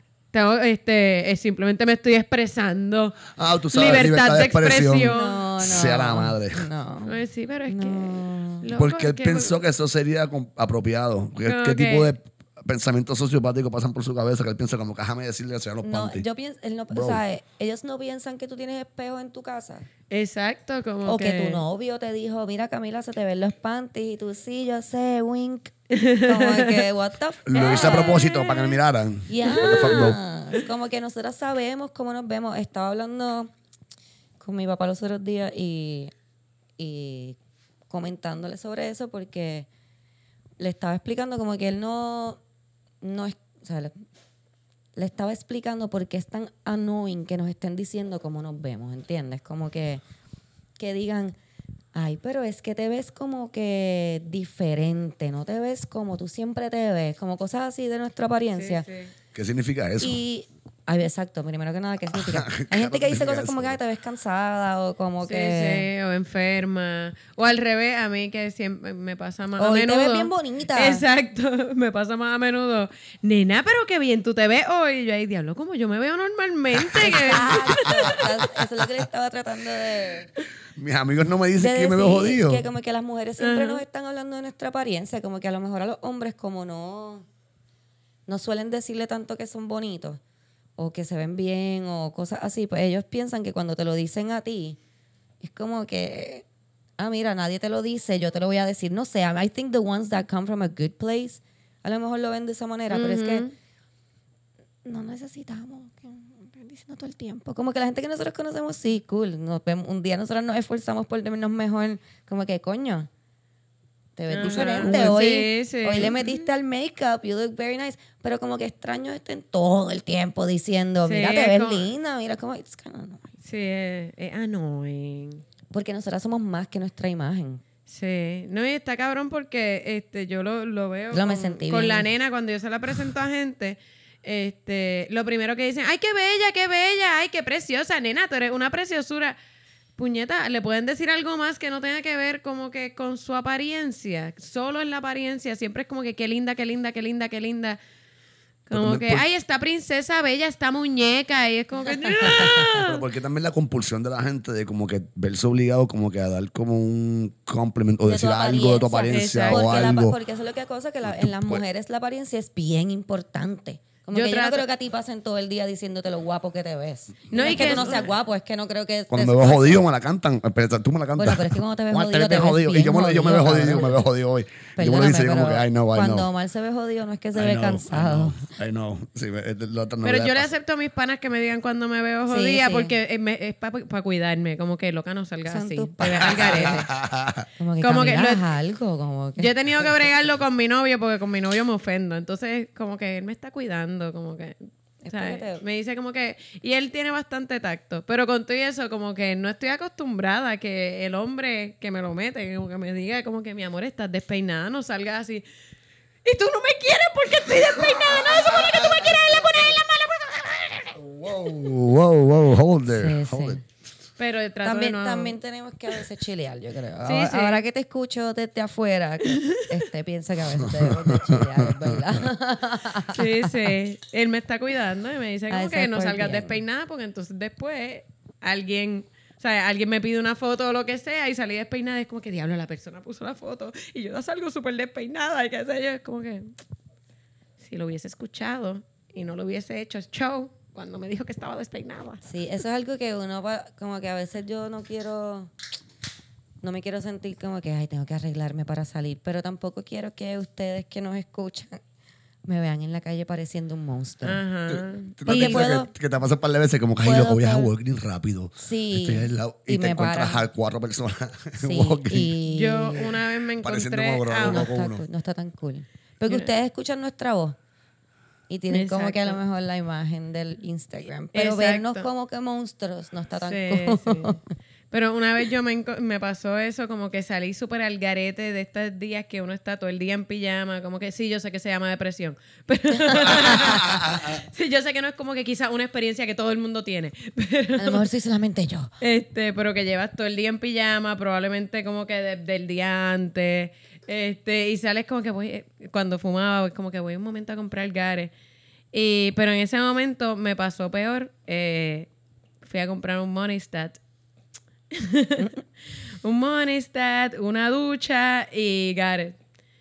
Speaker 2: simplemente me estoy expresando.
Speaker 3: Tú sabes,
Speaker 2: Libertad de expresión.
Speaker 1: No, no.
Speaker 3: Sea la madre.
Speaker 1: No.
Speaker 2: Ay, sí, pero es
Speaker 1: No.
Speaker 2: que... loco,
Speaker 3: Porque
Speaker 2: es
Speaker 3: él
Speaker 2: que-
Speaker 3: pensó que eso sería apropiado. ¿Qué,
Speaker 2: Como
Speaker 3: qué
Speaker 2: que-
Speaker 3: tipo de pensamientos sociopáticos pasan por su cabeza? Que él piensa como, déjame decirle que los
Speaker 1: No,
Speaker 3: panties.
Speaker 1: yo pienso,
Speaker 3: Bro.
Speaker 1: o sea, ellos no piensan que tú tienes espejos en tu casa.
Speaker 2: Exacto, como
Speaker 1: O que tu novio te dijo, mira Camila, se te ven los panties. Y tú, sí, yo sé, wink. Como que, what the fuck.
Speaker 3: Lo hice a propósito para que me miraran.
Speaker 1: Ya.
Speaker 3: What the fuck, bro?
Speaker 1: Como que nosotras sabemos cómo nos vemos. Estaba hablando con mi papá los otros días y comentándole sobre eso porque le estaba explicando como que él no es, o sea, le estaba explicando por qué es tan annoying que nos estén diciendo cómo nos vemos, ¿entiendes? Como que digan, ay, pero es que te ves como que diferente, no te ves como tú siempre te ves, como cosas así de nuestra apariencia.
Speaker 2: Sí, sí.
Speaker 3: ¿Qué significa eso?
Speaker 1: Y, ay, exacto, primero que nada, ¿qué significa? Hay gente que dice cosas como que ay, te ves cansada o como
Speaker 2: Sí,
Speaker 1: que...
Speaker 2: sí, o enferma. O al revés, a mí que siempre me pasa más a
Speaker 1: Hoy te
Speaker 2: menudo.
Speaker 1: ves bien bonita.
Speaker 2: Exacto, me pasa más a menudo. Nena, pero qué bien tú te ves hoy. Y yo ahí, diablo, como yo me veo normalmente.
Speaker 1: Exacto. Eso es lo que le estaba tratando de
Speaker 3: Mis amigos no me dicen que me veo
Speaker 1: decir,
Speaker 3: jodido.
Speaker 1: que como que las mujeres siempre nos están hablando de nuestra apariencia, como que a lo mejor a los hombres como no suelen decirle tanto que son bonitos o que se ven bien o cosas así, pues ellos piensan que cuando te lo dicen a ti, es como que, mira, nadie te lo dice, yo te lo voy a decir. No sé, I think the ones that come from a good place, a lo mejor lo ven de esa manera, pero es que no necesitamos que me estén diciendo todo el tiempo. Como que la gente que nosotros conocemos, sí, cool. Nos vemos, un día nosotros nos esforzamos por vernos mejor. Como que, coño, te ves
Speaker 2: Ajá.
Speaker 1: diferente. Hoy,
Speaker 2: Sí, sí.
Speaker 1: hoy le metiste al make-up, you look very nice. Pero como que extraño estén todo el tiempo diciendo,
Speaker 2: Sí,
Speaker 1: mira, te
Speaker 2: es
Speaker 1: ves
Speaker 2: como-
Speaker 1: linda, mira cómo... It's kind of annoying.
Speaker 2: Sí, es annoying.
Speaker 1: Porque nosotras somos más que nuestra imagen.
Speaker 2: Sí, no, y está cabrón porque yo lo veo
Speaker 1: Yo me sentí
Speaker 2: con
Speaker 1: bien.
Speaker 2: la nena cuando yo se la presento a gente. Lo primero que dicen, ay, qué bella, ay, qué preciosa, nena, tú eres una preciosura. Puñeta, le pueden decir algo más que no tenga que ver como que con su apariencia, solo en la apariencia, siempre es como que qué linda, qué linda, qué linda, qué linda. Como que, ay, esta princesa bella, esta muñeca, y es como que...
Speaker 3: Pero porque también la compulsión de la gente de como que verse obligado como que a dar como un compliment o
Speaker 1: De
Speaker 3: decir
Speaker 1: tu
Speaker 3: algo de tu
Speaker 2: apariencia.
Speaker 3: apariencia o
Speaker 1: Porque,
Speaker 3: algo.
Speaker 1: porque eso es lo que cosa que en las mujeres la apariencia es bien importante. Como
Speaker 2: Yo
Speaker 1: que yo no
Speaker 2: trato-
Speaker 1: creo que a ti pasen todo el día diciéndote lo guapo que te ves.
Speaker 2: No,
Speaker 1: No,
Speaker 2: y
Speaker 1: es que
Speaker 2: que
Speaker 1: tú no
Speaker 2: eso-
Speaker 1: seas guapo, es que no creo que...
Speaker 3: Cuando me veo jodido me la cantan. Pero tú me la cantas.
Speaker 1: Bueno, pero es que cuando te ves
Speaker 3: Juan,
Speaker 1: jodido, te ves
Speaker 3: Y
Speaker 1: bien
Speaker 3: yo me veo
Speaker 1: jodido,
Speaker 3: jodido,
Speaker 1: cabrón.
Speaker 3: me veo jodido hoy. Y yo me lo
Speaker 1: Perdóname,
Speaker 3: dice yo como que,
Speaker 1: pero
Speaker 3: I know.
Speaker 1: cuando Omar se ve jodido no es que se
Speaker 3: I
Speaker 1: ve
Speaker 3: know,
Speaker 1: cansado.
Speaker 3: I know. Sí, lo otro no
Speaker 2: Pero
Speaker 3: le
Speaker 2: yo le
Speaker 3: pasa.
Speaker 2: acepto a mis panas que me digan cuando me veo
Speaker 1: Sí,
Speaker 2: jodida
Speaker 1: sí.
Speaker 2: porque es para cuidarme, como que loca no salga
Speaker 1: Son
Speaker 2: así.
Speaker 1: tus
Speaker 2: Te ves al garete.
Speaker 1: Como que,
Speaker 2: Como que
Speaker 1: Camila,
Speaker 2: lo-
Speaker 1: haz algo, como que...
Speaker 2: Yo he tenido que bregarlo con mi novio porque con mi novio me ofendo. Entonces, como que él me está cuidando, como que... ¿sabes?
Speaker 1: Espérate.
Speaker 2: Me dice como que... Y él tiene bastante tacto. Pero con todo y eso, como que no estoy acostumbrada a que el hombre que me lo mete, como que me diga como que mi amor, estás despeinada, no salgas así. Y tú no me quieres porque estoy despeinada. No se supone que tú me quieres la poner en la mala.
Speaker 3: Wow, hold there.
Speaker 1: Sí,
Speaker 3: Hold
Speaker 1: sí.
Speaker 3: it.
Speaker 2: Pero trato
Speaker 1: También,
Speaker 2: de no...
Speaker 1: también tenemos que a veces chilear, yo creo.
Speaker 2: Sí,
Speaker 1: ahora,
Speaker 2: sí.
Speaker 1: ahora que te escucho desde afuera, piensa que a veces debemos de chilear, es ¿verdad?
Speaker 2: Sí, sí. Él me está cuidando y me dice como
Speaker 1: Eso
Speaker 2: que
Speaker 1: es
Speaker 2: no
Speaker 1: por
Speaker 2: salgas
Speaker 1: bien.
Speaker 2: despeinada porque entonces después alguien me pide una foto o lo que sea y salí despeinada y es como que diablo, la persona puso la foto y yo salgo súper despeinada y qué sé yo. Es como que si lo hubiese escuchado y no lo hubiese hecho show cuando me dijo que estaba despeinada.
Speaker 1: Sí, eso es algo que uno, como que a veces yo no me quiero sentir como que, ay, tengo que arreglarme para salir, pero tampoco quiero que ustedes que nos escuchan me vean en la calle pareciendo un monstruo.
Speaker 2: Ajá.
Speaker 3: ¿Tú
Speaker 1: Porque
Speaker 3: también
Speaker 1: puedo-
Speaker 3: que te pasas un par de veces como que, ay,
Speaker 1: puedo
Speaker 3: loco, voy a
Speaker 1: estar-
Speaker 3: walking rápido.
Speaker 1: Sí.
Speaker 3: Estoy al lado y
Speaker 1: Y
Speaker 3: te
Speaker 1: me
Speaker 3: encuentras
Speaker 1: paran.
Speaker 3: a 4 personas
Speaker 1: Sí,
Speaker 3: walking.
Speaker 1: y
Speaker 2: Yo una vez me
Speaker 3: Pareciendo
Speaker 2: encontré
Speaker 3: como
Speaker 2: a
Speaker 3: bravo.
Speaker 1: no
Speaker 3: loco
Speaker 1: está,
Speaker 3: uno.
Speaker 1: no está tan cool. Porque
Speaker 2: Mira.
Speaker 1: ustedes escuchan nuestra voz y tienen como que a lo
Speaker 2: Exacto.
Speaker 1: mejor la imagen del Instagram. Pero
Speaker 2: Exacto.
Speaker 1: vernos como que monstruos no está tan
Speaker 2: Sí,
Speaker 1: cool.
Speaker 2: sí. Pero una vez me pasó eso, como que salí súper al garete de estos días que uno está todo el día en pijama, como que sí, yo sé que se llama depresión. Pero sí, yo sé que no es como que quizás una experiencia que todo el mundo tiene. Pero,
Speaker 1: A lo mejor soy solamente yo.
Speaker 2: pero que llevas todo el día en pijama, probablemente como que del día antes. Y sales como que cuando fumaba, como que voy un momento a comprar Gare. Pero en ese momento me pasó peor. Fui a comprar un Monistat. Un Monistat, una ducha y Gare.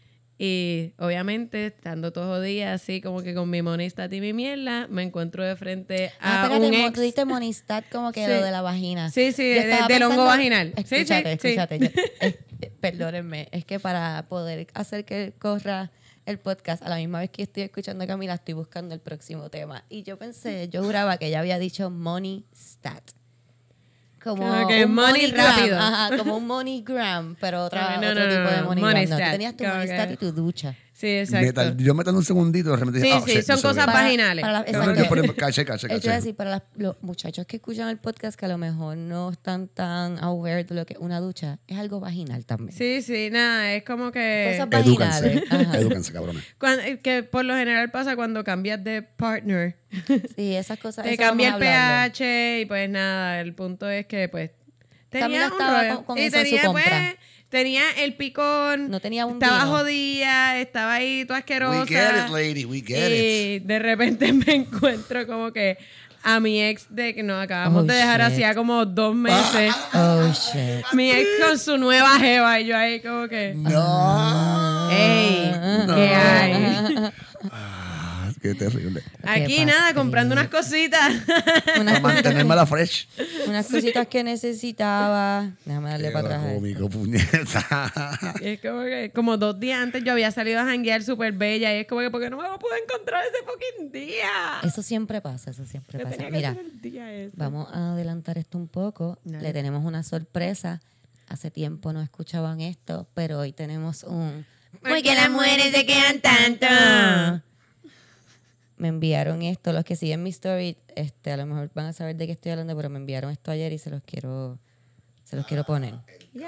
Speaker 2: Y obviamente, estando todos los días así como que con mi Monistat y mi mierda, me encuentro de frente a
Speaker 1: espérate,
Speaker 2: un ex.
Speaker 1: tú diste Monistat como que
Speaker 2: Sí.
Speaker 1: lo de la vagina.
Speaker 2: Sí, sí,
Speaker 1: Yo estaba
Speaker 2: del hongo
Speaker 1: pensando-
Speaker 2: vaginal. Sí, sí,
Speaker 1: Escúchate.
Speaker 2: sí.
Speaker 1: Perdónenme, es que para poder hacer que corra el podcast a la misma vez que estoy escuchando a Camila, estoy buscando el próximo tema. Y yo juraba que ella había dicho Monistat. Como
Speaker 2: que
Speaker 1: un
Speaker 2: money
Speaker 1: MoneyGram.
Speaker 2: rápido.
Speaker 1: Ajá, como un MoneyGram, pero otro tipo de
Speaker 2: no,
Speaker 1: MoneyGram. No,
Speaker 2: Monistat.
Speaker 1: tú tenías tu
Speaker 2: Como
Speaker 1: Monistat
Speaker 2: que-
Speaker 1: y tu ducha.
Speaker 2: Sí, exacto.
Speaker 3: Yo metando un segundito, de repente
Speaker 2: Sí,
Speaker 3: dije,
Speaker 2: sí,
Speaker 3: shit,
Speaker 2: son
Speaker 3: eso
Speaker 2: cosas
Speaker 3: bien.
Speaker 2: vaginales.
Speaker 1: exacto.
Speaker 3: Yo por caché.
Speaker 1: Eso iba a decir, para los muchachos que escuchan el podcast que a lo mejor no están tan aware de lo que es una ducha, es algo vaginal también.
Speaker 2: Sí, sí, nada, es como que...
Speaker 1: Cosas vaginales.
Speaker 3: Edúcanse,
Speaker 1: Ajá.
Speaker 3: edúcanse, cabrones.
Speaker 2: que por lo general pasa cuando cambias de partner.
Speaker 1: Sí, esas cosas.
Speaker 2: Te
Speaker 1: eso
Speaker 2: cambia el
Speaker 1: vamos a hablarlo.
Speaker 2: pH y pues nada, el punto es que pues
Speaker 1: Camila
Speaker 2: tenía un
Speaker 1: estaba
Speaker 2: rollo.
Speaker 1: con
Speaker 2: Y
Speaker 1: eso en su
Speaker 2: tenía
Speaker 1: compra.
Speaker 2: pues, tenía el picón,
Speaker 1: No tenía un
Speaker 2: estaba
Speaker 1: vino.
Speaker 2: jodida, estaba ahí toda asquerosa.
Speaker 3: We get it, lady, we get
Speaker 2: y de repente me encuentro como que a mi ex de que nos acabamos
Speaker 1: Oh,
Speaker 2: de dejar
Speaker 1: shit.
Speaker 2: hacía como 2 meses.
Speaker 1: Oh, shit.
Speaker 2: Mi ex con su nueva jeva y yo ahí como que...
Speaker 3: No.
Speaker 2: ¡Ey! ¿Qué hay?
Speaker 3: Qué terrible.
Speaker 2: Aquí nada, comprando unas cositas.
Speaker 3: Para mantenerme a la fresh.
Speaker 1: Unas cositas que necesitaba. Déjame darle para atrás. a esto.
Speaker 3: Cómico, puñeta.
Speaker 2: Y es como que, como 2 días antes yo había salido a janguear súper bella y es como que, ¿por qué no me pude encontrar ese fucking día?
Speaker 1: Eso siempre pasa, eso siempre
Speaker 2: Que
Speaker 1: pasa.
Speaker 2: tenía que
Speaker 1: Mira,
Speaker 2: ser el día ese.
Speaker 1: vamos a adelantar esto un poco.
Speaker 2: Dale.
Speaker 1: Le tenemos una sorpresa. Hace tiempo no escuchaban esto, pero hoy tenemos un...
Speaker 2: ¿Por qué las mujeres se quedan tanto?
Speaker 1: Me enviaron esto, los que siguen mi story, a lo mejor van a saber de qué estoy hablando, pero me enviaron esto ayer y se los quiero poner.
Speaker 2: Yes.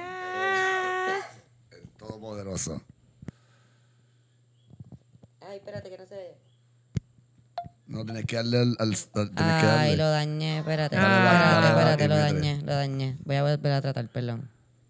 Speaker 3: Todopoderoso.
Speaker 1: Ay, espérate que no se ve.
Speaker 3: No, tienes que darle tienes que
Speaker 1: Ay,
Speaker 3: darle.
Speaker 1: lo dañé, espérate,
Speaker 3: Dale,
Speaker 1: espérate, lo
Speaker 3: dale.
Speaker 1: dañé. Voy a volver a tratar, perdón.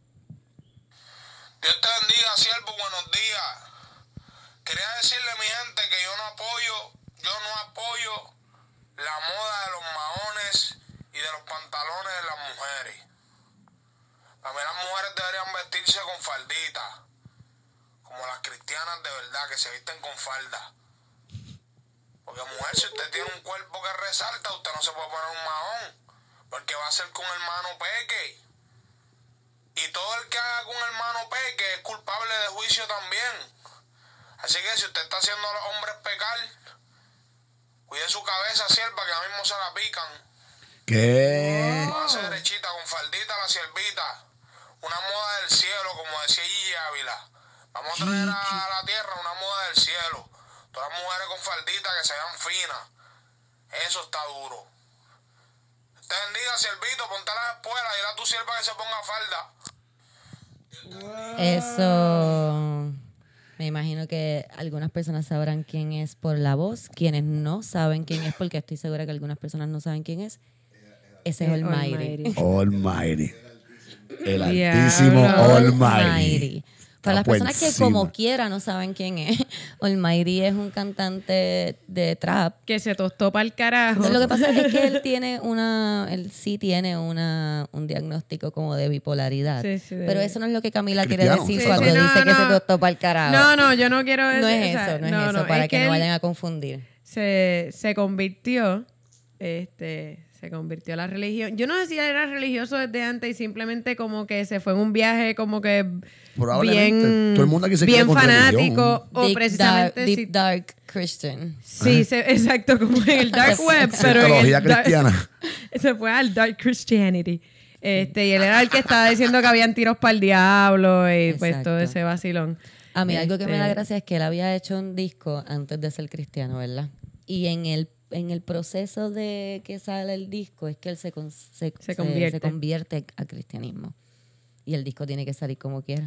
Speaker 5: Dios te bendiga, siervo, buenos días. Quería decirle, mi gente, que yo no apoyo la moda de los maones y de los pantalones de las mujeres. Para mí las mujeres deberían vestirse con falditas, como las cristianas de verdad, que se visten con falda. Porque mujer, si usted tiene un cuerpo que resalta, usted no se puede poner un mahón, porque va a ser con el mano peque. Y todo el que haga con el mano peque es culpable de juicio también. Así que si usted está haciendo a los hombres pecar, cuide su cabeza, sierva, que ahora mismo se la pican.
Speaker 3: ¿Qué?
Speaker 5: Póngase derechita, con faldita la siervita. Una moda del cielo, como decía Gigi Ávila. Vamos a traer a la tierra una moda del cielo. Todas las mujeres con faldita que se vean finas. Eso está duro. Te bendiga, siervito, ponte a la espuela, dile a tu sierva que se ponga falda.
Speaker 1: Eso, me imagino que algunas personas sabrán quién es por la voz, quienes no saben quién es, porque estoy segura que algunas personas no saben quién es. Ese es Almighty.
Speaker 3: Almighty. El
Speaker 2: Diablo.
Speaker 3: altísimo Almighty.
Speaker 1: Almighty. Para las
Speaker 3: Está por
Speaker 1: personas que
Speaker 3: encima.
Speaker 1: como quiera no saben quién es, Almighty es un cantante de trap.
Speaker 2: Que se tostó para el carajo.
Speaker 1: Lo que pasa es que él sí tiene un diagnóstico como de bipolaridad.
Speaker 2: Sí, sí,
Speaker 1: pero eso no es lo que Camila quiere
Speaker 3: Cristiano.
Speaker 1: decir
Speaker 2: Sí,
Speaker 1: cuando
Speaker 2: sí, no,
Speaker 1: dice que
Speaker 2: no.
Speaker 1: se tostó para el carajo.
Speaker 2: No, yo no quiero
Speaker 1: No es
Speaker 2: o sea,
Speaker 1: eso, no es eso, para
Speaker 2: es
Speaker 1: que no
Speaker 2: él
Speaker 1: vayan a confundir.
Speaker 2: se convirtió, se convirtió a la religión. Yo no sé si él era religioso desde antes y simplemente como que se fue en un viaje como que
Speaker 3: Probablemente.
Speaker 2: bien,
Speaker 3: Todo el mundo aquí se
Speaker 2: bien
Speaker 3: cría con
Speaker 2: fanático o
Speaker 1: Deep
Speaker 2: precisamente
Speaker 1: Deep Dark Christian.
Speaker 2: sí, exacto, como en el dark web, pero en
Speaker 3: Cientología
Speaker 2: el dark-
Speaker 3: cristiana.
Speaker 2: se fue al dark Christianity. Y él era el que estaba diciendo que habían tiros para el diablo y pues
Speaker 1: Exacto.
Speaker 2: todo ese vacilón.
Speaker 1: A mí algo que me da
Speaker 2: Este,
Speaker 1: gracia es que él había hecho un disco antes de ser cristiano, ¿verdad? Y en en el proceso de que sale el disco es que él se
Speaker 2: convierte.
Speaker 1: convierte al cristianismo. Y el disco tiene que salir como quiera.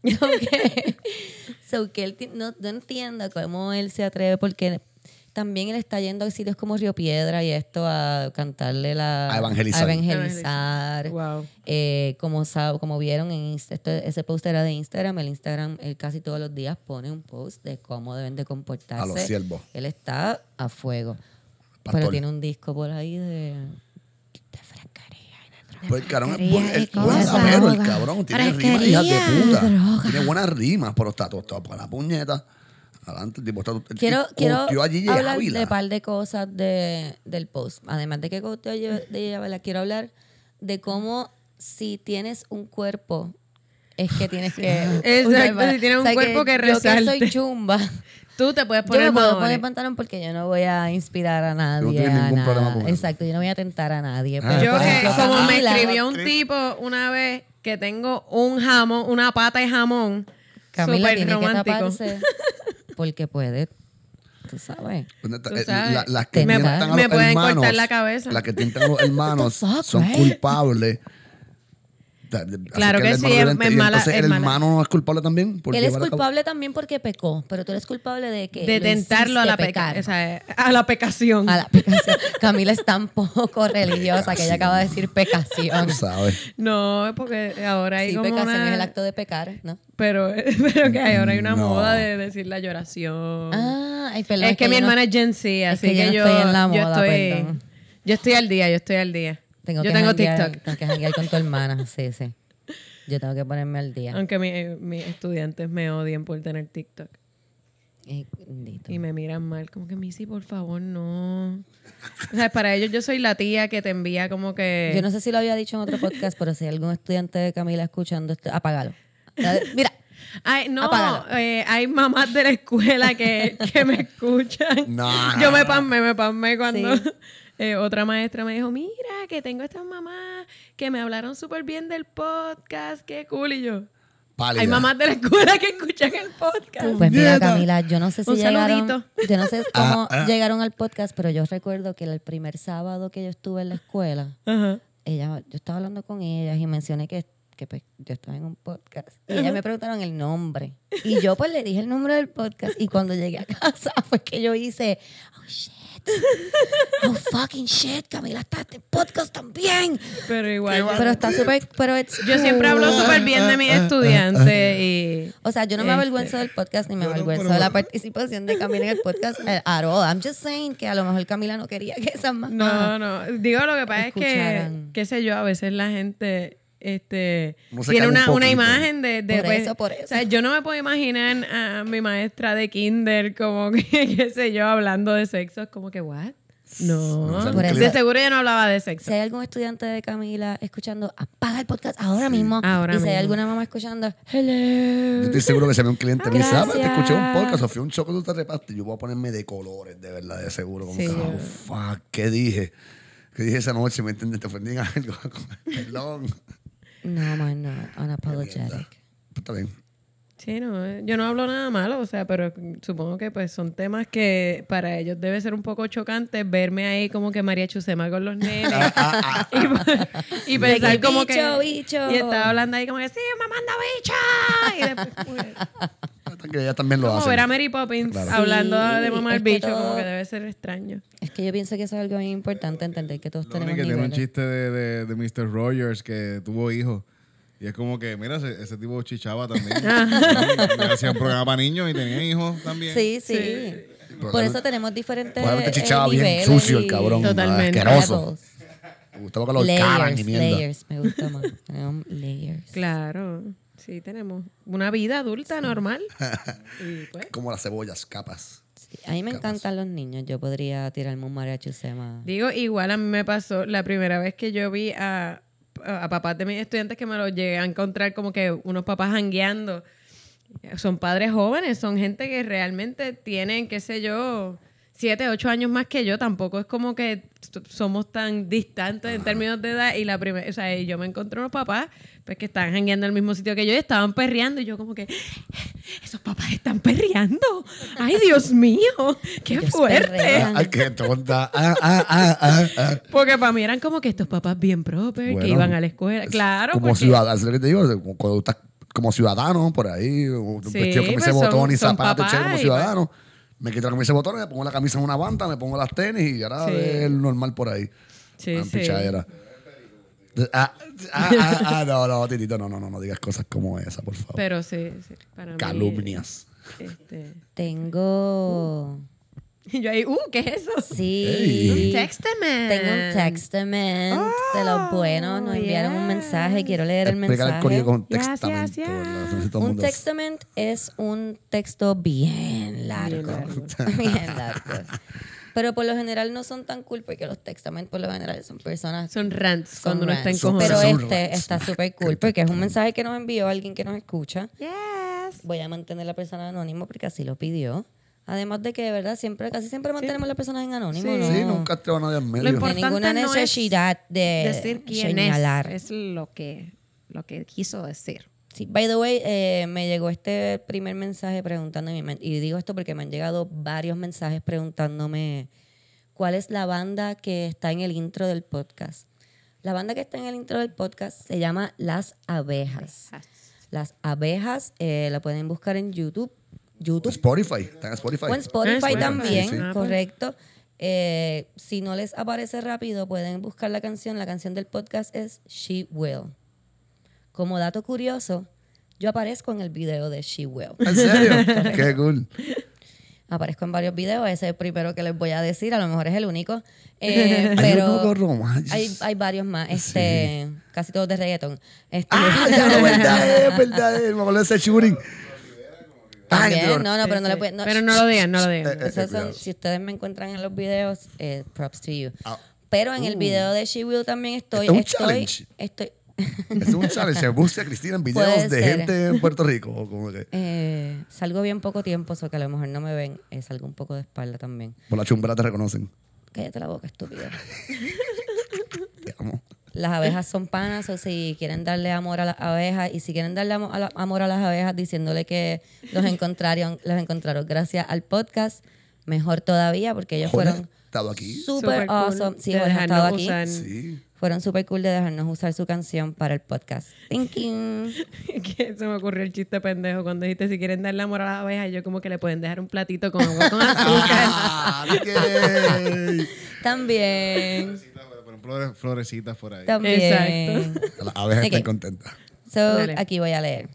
Speaker 1: So que él no entienda cómo él se atreve, porque también él está yendo a sitios como Río Piedra y esto a cantarle
Speaker 3: A evangelizar.
Speaker 1: a evangelizar.
Speaker 2: Wow.
Speaker 1: Como vieron en ese post era de Instagram. Él casi todos los días pone un post de cómo deben de comportarse.
Speaker 3: A los siervos.
Speaker 1: Él está a fuego.
Speaker 3: Pastor.
Speaker 1: Pero tiene un disco por ahí de fresquería y de droga.
Speaker 3: Pues el cabrón
Speaker 1: Fresquería y
Speaker 3: es buen
Speaker 1: cosas.
Speaker 3: rapero, el cabrón. Tiene rimas hijas de puta.
Speaker 1: droga.
Speaker 3: Tiene buenas rimas, pero está todo para la puñeta. Adelante, el tipo está...
Speaker 1: Quiero
Speaker 3: coqueó a Gigi
Speaker 1: hablar
Speaker 3: Ávila.
Speaker 1: de un par de cosas del post. Además de que coqueó a Gigi Ávila, quiero hablar de cómo si tienes un cuerpo es que tienes que...
Speaker 2: Exacto, si tienes un cuerpo que
Speaker 1: Yo que
Speaker 2: resalte.
Speaker 1: soy chumba.
Speaker 2: Tú te puedes
Speaker 1: Yo
Speaker 2: poner
Speaker 1: me puedo
Speaker 2: maones.
Speaker 1: poner pantalón porque yo no voy a inspirar a nadie.
Speaker 3: no tienes
Speaker 1: a
Speaker 3: ningún
Speaker 1: nada.
Speaker 3: problema con eso.
Speaker 1: Exacto, yo no voy a tentar a nadie.
Speaker 3: Ah.
Speaker 1: Pero,
Speaker 2: Yo
Speaker 1: por
Speaker 2: que,
Speaker 1: ejemplo,
Speaker 2: como me
Speaker 1: Camila-
Speaker 2: escribió un tipo una vez que tengo un jamón, una pata de jamón,
Speaker 1: Camila
Speaker 2: súper
Speaker 1: tiene
Speaker 2: romántico.
Speaker 1: que taparse porque puede, tú sabes.
Speaker 3: Tú
Speaker 2: sabes,
Speaker 3: las que
Speaker 1: me
Speaker 3: tientan a
Speaker 2: me
Speaker 3: los
Speaker 2: pueden
Speaker 3: hermanos,
Speaker 2: cortar la cabeza.
Speaker 3: las que tientan a los hermanos
Speaker 1: What the fuck,
Speaker 3: son
Speaker 1: right?
Speaker 3: culpables.
Speaker 2: Claro
Speaker 3: Así
Speaker 2: que
Speaker 3: el
Speaker 2: sí,
Speaker 3: hermano
Speaker 2: es
Speaker 3: violento, y
Speaker 2: mala-
Speaker 3: entonces
Speaker 2: es
Speaker 3: el
Speaker 2: mala.
Speaker 3: hermano no es culpable también. por
Speaker 1: Él es
Speaker 3: llevar a cabo-
Speaker 1: culpable también porque pecó, pero tú eres culpable de que
Speaker 2: de
Speaker 1: lo
Speaker 2: tentarlo a la
Speaker 1: hiciste pecar.
Speaker 2: a la pecación.
Speaker 1: A la pecación. Camila es tan poco religiosa que ella acaba de decir pecación.
Speaker 3: Tú sabes.
Speaker 2: No, porque ahora hay
Speaker 1: Sí,
Speaker 2: como
Speaker 1: pecación
Speaker 2: una...
Speaker 1: es el acto de pecar, ¿no?
Speaker 2: pero que ahora hay una
Speaker 3: No.
Speaker 2: moda de decir la lloración.
Speaker 1: Ah, ay, perdón.
Speaker 2: es que mi
Speaker 1: yo no-
Speaker 2: hermana es Gen Z, así
Speaker 1: que yo no
Speaker 2: yo,
Speaker 1: estoy en la
Speaker 2: yo
Speaker 1: moda,
Speaker 2: estoy,
Speaker 1: perdón.
Speaker 2: yo estoy al día, yo estoy al día.
Speaker 1: Tengo
Speaker 2: yo
Speaker 1: que
Speaker 2: tengo
Speaker 1: janguear-
Speaker 2: TikTok.
Speaker 1: Tengo que janguear con tu hermana, sí, sí. Yo tengo que ponerme al día.
Speaker 2: Aunque mis estudiantes me odian por tener TikTok.
Speaker 1: Bendito.
Speaker 2: Y me miran mal, como que Missy, por favor, no. O sea, para ellos yo soy la tía que te envía como que...
Speaker 1: Yo no sé si lo había dicho en otro podcast, pero si hay algún estudiante de Camila escuchando esto, apágalo. Mira,
Speaker 2: Ay, no,
Speaker 1: Apágalo.
Speaker 2: hay mamás de la escuela que me escuchan.
Speaker 3: No.
Speaker 2: Yo me pasmé cuando
Speaker 1: Sí.
Speaker 2: otra maestra me dijo, mira, que tengo estas mamás que me hablaron súper bien del podcast, qué cool. Y yo,
Speaker 3: Pálida.
Speaker 2: hay mamás de la escuela que escuchan el podcast.
Speaker 1: pues mira,
Speaker 3: Nieta.
Speaker 1: Camila, yo no sé si
Speaker 2: Un
Speaker 1: llegaron,
Speaker 2: saludito.
Speaker 1: yo no sé cómo llegaron al podcast, pero yo recuerdo que el primer sábado que yo estuve en la escuela,
Speaker 2: Ajá.
Speaker 1: yo estaba hablando con ellas y mencioné que pues, yo estaba en un podcast. Y ellas me preguntaron el nombre. Y yo pues le dije el nombre del podcast. Y cuando llegué a casa fue que yo hice, oh shit. Oh fucking shit, Camila está en este podcast también.
Speaker 2: Pero igual.
Speaker 1: Pero está súper, pero
Speaker 2: Yo siempre hablo súper bien de mis estudiantes y...
Speaker 1: O sea, yo no me avergüenzo del podcast ni me avergüenzo de la participación de Camila en el podcast at all. I'm just saying que a lo mejor Camila no quería que esas mamás...
Speaker 2: No. Digo, lo que pasa es que,
Speaker 1: Escucharan.
Speaker 2: qué sé yo, a veces la gente
Speaker 3: Uno se
Speaker 2: tiene
Speaker 3: caga un
Speaker 2: una
Speaker 3: poquito.
Speaker 2: imagen de
Speaker 1: Por eso.
Speaker 2: O sea, yo no me puedo imaginar a mi maestra de kinder como que, qué sé yo, hablando de sexo. Es como que, ¿what? No.
Speaker 3: No, o sea,
Speaker 1: Por
Speaker 2: de
Speaker 1: eso-
Speaker 2: seguro yo no hablaba de
Speaker 1: Si
Speaker 2: sexo.
Speaker 1: hay algún estudiante de Camila escuchando, apaga el podcast ahora mismo.
Speaker 2: ahora
Speaker 1: y si hay
Speaker 2: mismo.
Speaker 1: alguna mamá escuchando,
Speaker 3: Yo
Speaker 1: hello.
Speaker 3: estoy seguro que se ve un cliente. Me dice,
Speaker 1: Gracias.
Speaker 3: te escuché un podcast o fui un choque, tú te repaste. Yo voy a ponerme de colores, de verdad, de seguro. Como
Speaker 2: Sí,
Speaker 3: que,
Speaker 2: yo-
Speaker 3: oh, fuck, ¿qué dije? ¿Qué dije esa noche? ¿Me entiendes? Te ofendí en algo. Perdón.
Speaker 1: No, man, no. Unapologetic.
Speaker 3: Está bien.
Speaker 2: Sí, no, yo no hablo nada malo, o sea, pero supongo que pues son temas que para ellos debe ser un poco chocante verme ahí como que María Chusema con los nenes y pensar
Speaker 1: De que
Speaker 2: como
Speaker 1: bicho,
Speaker 2: que
Speaker 1: bicho.
Speaker 2: y estaba hablando ahí como que sí, mamanda bicha y después pues,
Speaker 3: Hasta que ella también lo
Speaker 2: como
Speaker 3: hace.
Speaker 2: ver a Mary Poppins
Speaker 3: Claro.
Speaker 2: hablando
Speaker 1: Sí,
Speaker 2: de mamá
Speaker 1: es
Speaker 2: el
Speaker 1: que
Speaker 2: bicho, como
Speaker 1: todo-
Speaker 2: que debe ser extraño.
Speaker 1: Es que yo pienso que eso es algo bien importante, entender que todos
Speaker 4: Lo
Speaker 1: tenemos
Speaker 4: único que tiene un
Speaker 1: niveles.
Speaker 4: chiste de Mr. Rogers que tuvo hijos. Y es como que, mira, ese tipo chichaba también. Y hacía un programa para niños y tenía hijos también.
Speaker 1: Sí, sí. Por eso tenemos diferentes
Speaker 3: Probablemente chichaba bien
Speaker 1: niveles
Speaker 3: sucio el
Speaker 1: y
Speaker 3: cabrón.
Speaker 2: Totalmente.
Speaker 3: Asqueroso.
Speaker 1: levels.
Speaker 3: Me gustaba que lo caran y mierda.
Speaker 1: Layers, me gusta más. Tenemos layers.
Speaker 2: Claro, sí, tenemos una vida adulta normal. Y pues,
Speaker 3: Como las cebollas, capas.
Speaker 1: Sí, a mí me encantan los niños. Yo podría tirarme un María Chusema.
Speaker 2: digo, igual a mí me pasó la primera vez que yo vi a papás de mis estudiantes que me los llegué a encontrar como que unos papás jangueando. Son padres jóvenes, son gente que realmente tienen, qué sé yo, 7, 8 años más que yo, tampoco es como que somos tan distantes en términos de edad. Y la primera, o sea, yo me encontré unos papás pues que estaban jangueando en el mismo sitio que yo y estaban perreando. Y yo como que, esos papás están perreando. ¡Ay, Dios mío! ¡Qué
Speaker 1: Ellos
Speaker 2: fuerte!
Speaker 1: perrean.
Speaker 3: Ay, qué tonta.
Speaker 2: Porque para mí eran como que estos papás bien proper, que
Speaker 3: Bueno,
Speaker 2: iban a la escuela. Claro,
Speaker 3: Como
Speaker 2: porque...
Speaker 3: ciudadano, es lo que te digo, cuando tú estás como ciudadano por ahí,
Speaker 2: Sí,
Speaker 3: vestido con camisa de
Speaker 2: pues
Speaker 3: botón y
Speaker 2: son
Speaker 3: zapatos,
Speaker 2: papás
Speaker 3: chévere como
Speaker 2: y
Speaker 3: ciudadano. Me quito la camisa de botones, me pongo la camisa en una banda, me pongo las tenis y ahora
Speaker 2: Sí.
Speaker 3: es normal por ahí.
Speaker 2: Sí, sí.
Speaker 3: Pichadera. No, Titito, no digas cosas como esa, por favor.
Speaker 2: Pero sí, para mí...
Speaker 3: Calumnias.
Speaker 1: Tengo...
Speaker 2: Y yo ahí, ¿qué es eso?
Speaker 1: Sí.
Speaker 3: Ey.
Speaker 2: Un Textament.
Speaker 1: Tengo un Textament de los buenos. Nos enviaron un mensaje. Quiero leer el
Speaker 3: Explica el
Speaker 1: mensaje.
Speaker 3: código con
Speaker 2: Yes,
Speaker 3: textamento.
Speaker 2: yes, yes.
Speaker 3: ¿verdad? No sé si todo el
Speaker 1: Un
Speaker 3: mundo-
Speaker 1: Textament es un texto bien largo. Bien largo. Pero por lo general no son tan cool porque los Textament por lo general son personas...
Speaker 2: Son rants
Speaker 1: son
Speaker 2: cuando uno está
Speaker 1: rants.
Speaker 2: encojonado.
Speaker 1: Pero
Speaker 3: Son
Speaker 1: este
Speaker 3: rants.
Speaker 1: está súper cool porque es un mensaje que nos envió alguien que nos escucha.
Speaker 2: Yes.
Speaker 1: Voy a mantener la persona anónimo porque así lo pidió. Además de que, de verdad, casi siempre mantenemos las personas en anónimo,
Speaker 2: Sí.
Speaker 1: ¿no?
Speaker 3: Sí, nunca te va nadie en
Speaker 2: Lo
Speaker 3: medio.
Speaker 1: No hay
Speaker 2: importante
Speaker 1: ninguna
Speaker 2: no es
Speaker 1: necesidad de
Speaker 2: decir quién
Speaker 1: señalar.
Speaker 2: es lo que quiso decir.
Speaker 1: Sí, by the way, me llegó este primer mensaje preguntándome, y digo esto porque me han llegado varios mensajes preguntándome cuál es la banda que está en el intro del podcast. La banda que está en el intro del podcast se llama Las Abejas. Las Abejas la pueden buscar en YouTube.
Speaker 3: Spotify, está en Spotify.
Speaker 1: O en Spotify
Speaker 2: Spotify,
Speaker 1: también,
Speaker 3: sí.
Speaker 1: correcto. Si no les aparece rápido, pueden buscar la canción. La canción del podcast es She Will. Como dato curioso, yo aparezco en el video de She Will.
Speaker 3: ¿En serio? Qué cool.
Speaker 1: Aparezco en varios videos, ese es el primero que les voy a decir, a lo mejor es el único.
Speaker 3: Hay un
Speaker 1: Pero
Speaker 3: poco romántico.
Speaker 1: hay varios más, casi todos de reggaeton.
Speaker 3: Ya no, verdad, me acuerdo de ese shooting.
Speaker 1: También, no, pero no le pueden...
Speaker 2: Pero no lo digan, no lo digan.
Speaker 1: Esos son,
Speaker 3: cuidado.
Speaker 1: si ustedes me encuentran en los videos, props to you.
Speaker 3: Ah.
Speaker 1: Pero en el video de She Will también estoy...
Speaker 3: Esto es un challenge. Es un challenge. Busca a Cristina en videos
Speaker 1: Puede
Speaker 3: de
Speaker 1: ser.
Speaker 3: gente en Puerto Rico. O como que
Speaker 1: salgo bien poco tiempo, so que a lo mejor no me ven. Salgo un poco de espalda también.
Speaker 3: por la chumbera te reconocen.
Speaker 1: Cállate la boca, estúpido.
Speaker 3: Te amo.
Speaker 1: Las abejas son panas, o si quieren darle amor a las abejas, y si quieren darle amor a las abejas diciéndole que los encontraron gracias al podcast, mejor todavía, porque ellos
Speaker 3: Jorge,
Speaker 1: fueron
Speaker 3: estado aquí.
Speaker 1: súper
Speaker 2: Súper cool
Speaker 1: awesome. Sí,
Speaker 2: de
Speaker 1: Jorge ha estado
Speaker 2: dejarnos
Speaker 1: aquí.
Speaker 2: usar.
Speaker 3: Sí.
Speaker 1: Fueron súper cool de dejarnos usar su canción para el podcast. Thank you.
Speaker 2: Que se me ocurrió el chiste pendejo cuando dijiste si quieren darle amor a las abejas, yo como que le pueden dejar un platito con agua con azúcar.
Speaker 3: Ah, ok.
Speaker 1: También.
Speaker 4: Por ejemplo, florecitas por ahí.
Speaker 1: También.
Speaker 2: Exacto.
Speaker 3: Las abejas
Speaker 1: Ok.
Speaker 3: están contentas.
Speaker 1: So,
Speaker 2: Dale.
Speaker 1: aquí voy a leer.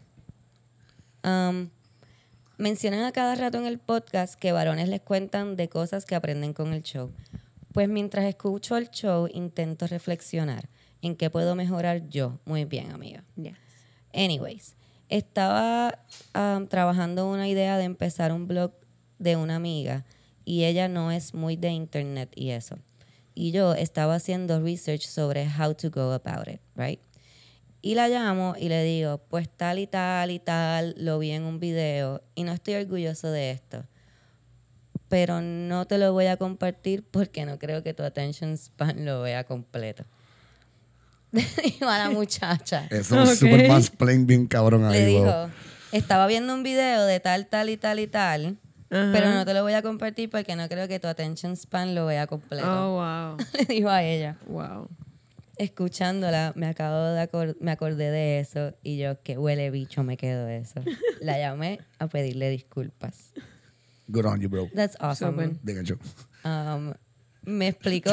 Speaker 1: Mencionan a cada rato en el podcast que varones les cuentan de cosas que aprenden con el show. Pues mientras escucho el show, intento reflexionar en qué puedo mejorar yo. Muy bien, amiga.
Speaker 2: Yes.
Speaker 1: Anyways, estaba trabajando una idea de empezar un blog de una amiga y ella no es muy de internet y eso. Y yo estaba haciendo research sobre how to go about it, right? Y la llamo y le digo, pues tal y tal y tal, lo vi en un video y no estoy orgulloso de esto. Pero no te lo voy a compartir porque no creo que tu attention span lo vea completo. Dijo a la muchacha.
Speaker 3: Eso es
Speaker 2: Ok.
Speaker 3: super mansplain bien cabrón ahí.
Speaker 1: Le
Speaker 3: wow.
Speaker 1: dijo, estaba viendo un video de tal, tal y tal y tal,
Speaker 2: Ajá.
Speaker 1: pero no te lo voy a compartir porque no creo que tu attention span lo vea completo.
Speaker 2: Oh, wow.
Speaker 1: Le dijo a ella.
Speaker 2: Wow.
Speaker 1: Escuchándola, me acordé de eso y yo, qué huele bicho me quedó eso. La llamé a pedirle disculpas.
Speaker 3: Good on you, bro.
Speaker 1: That's awesome.
Speaker 2: Súper.
Speaker 3: Bien hecho.
Speaker 1: Me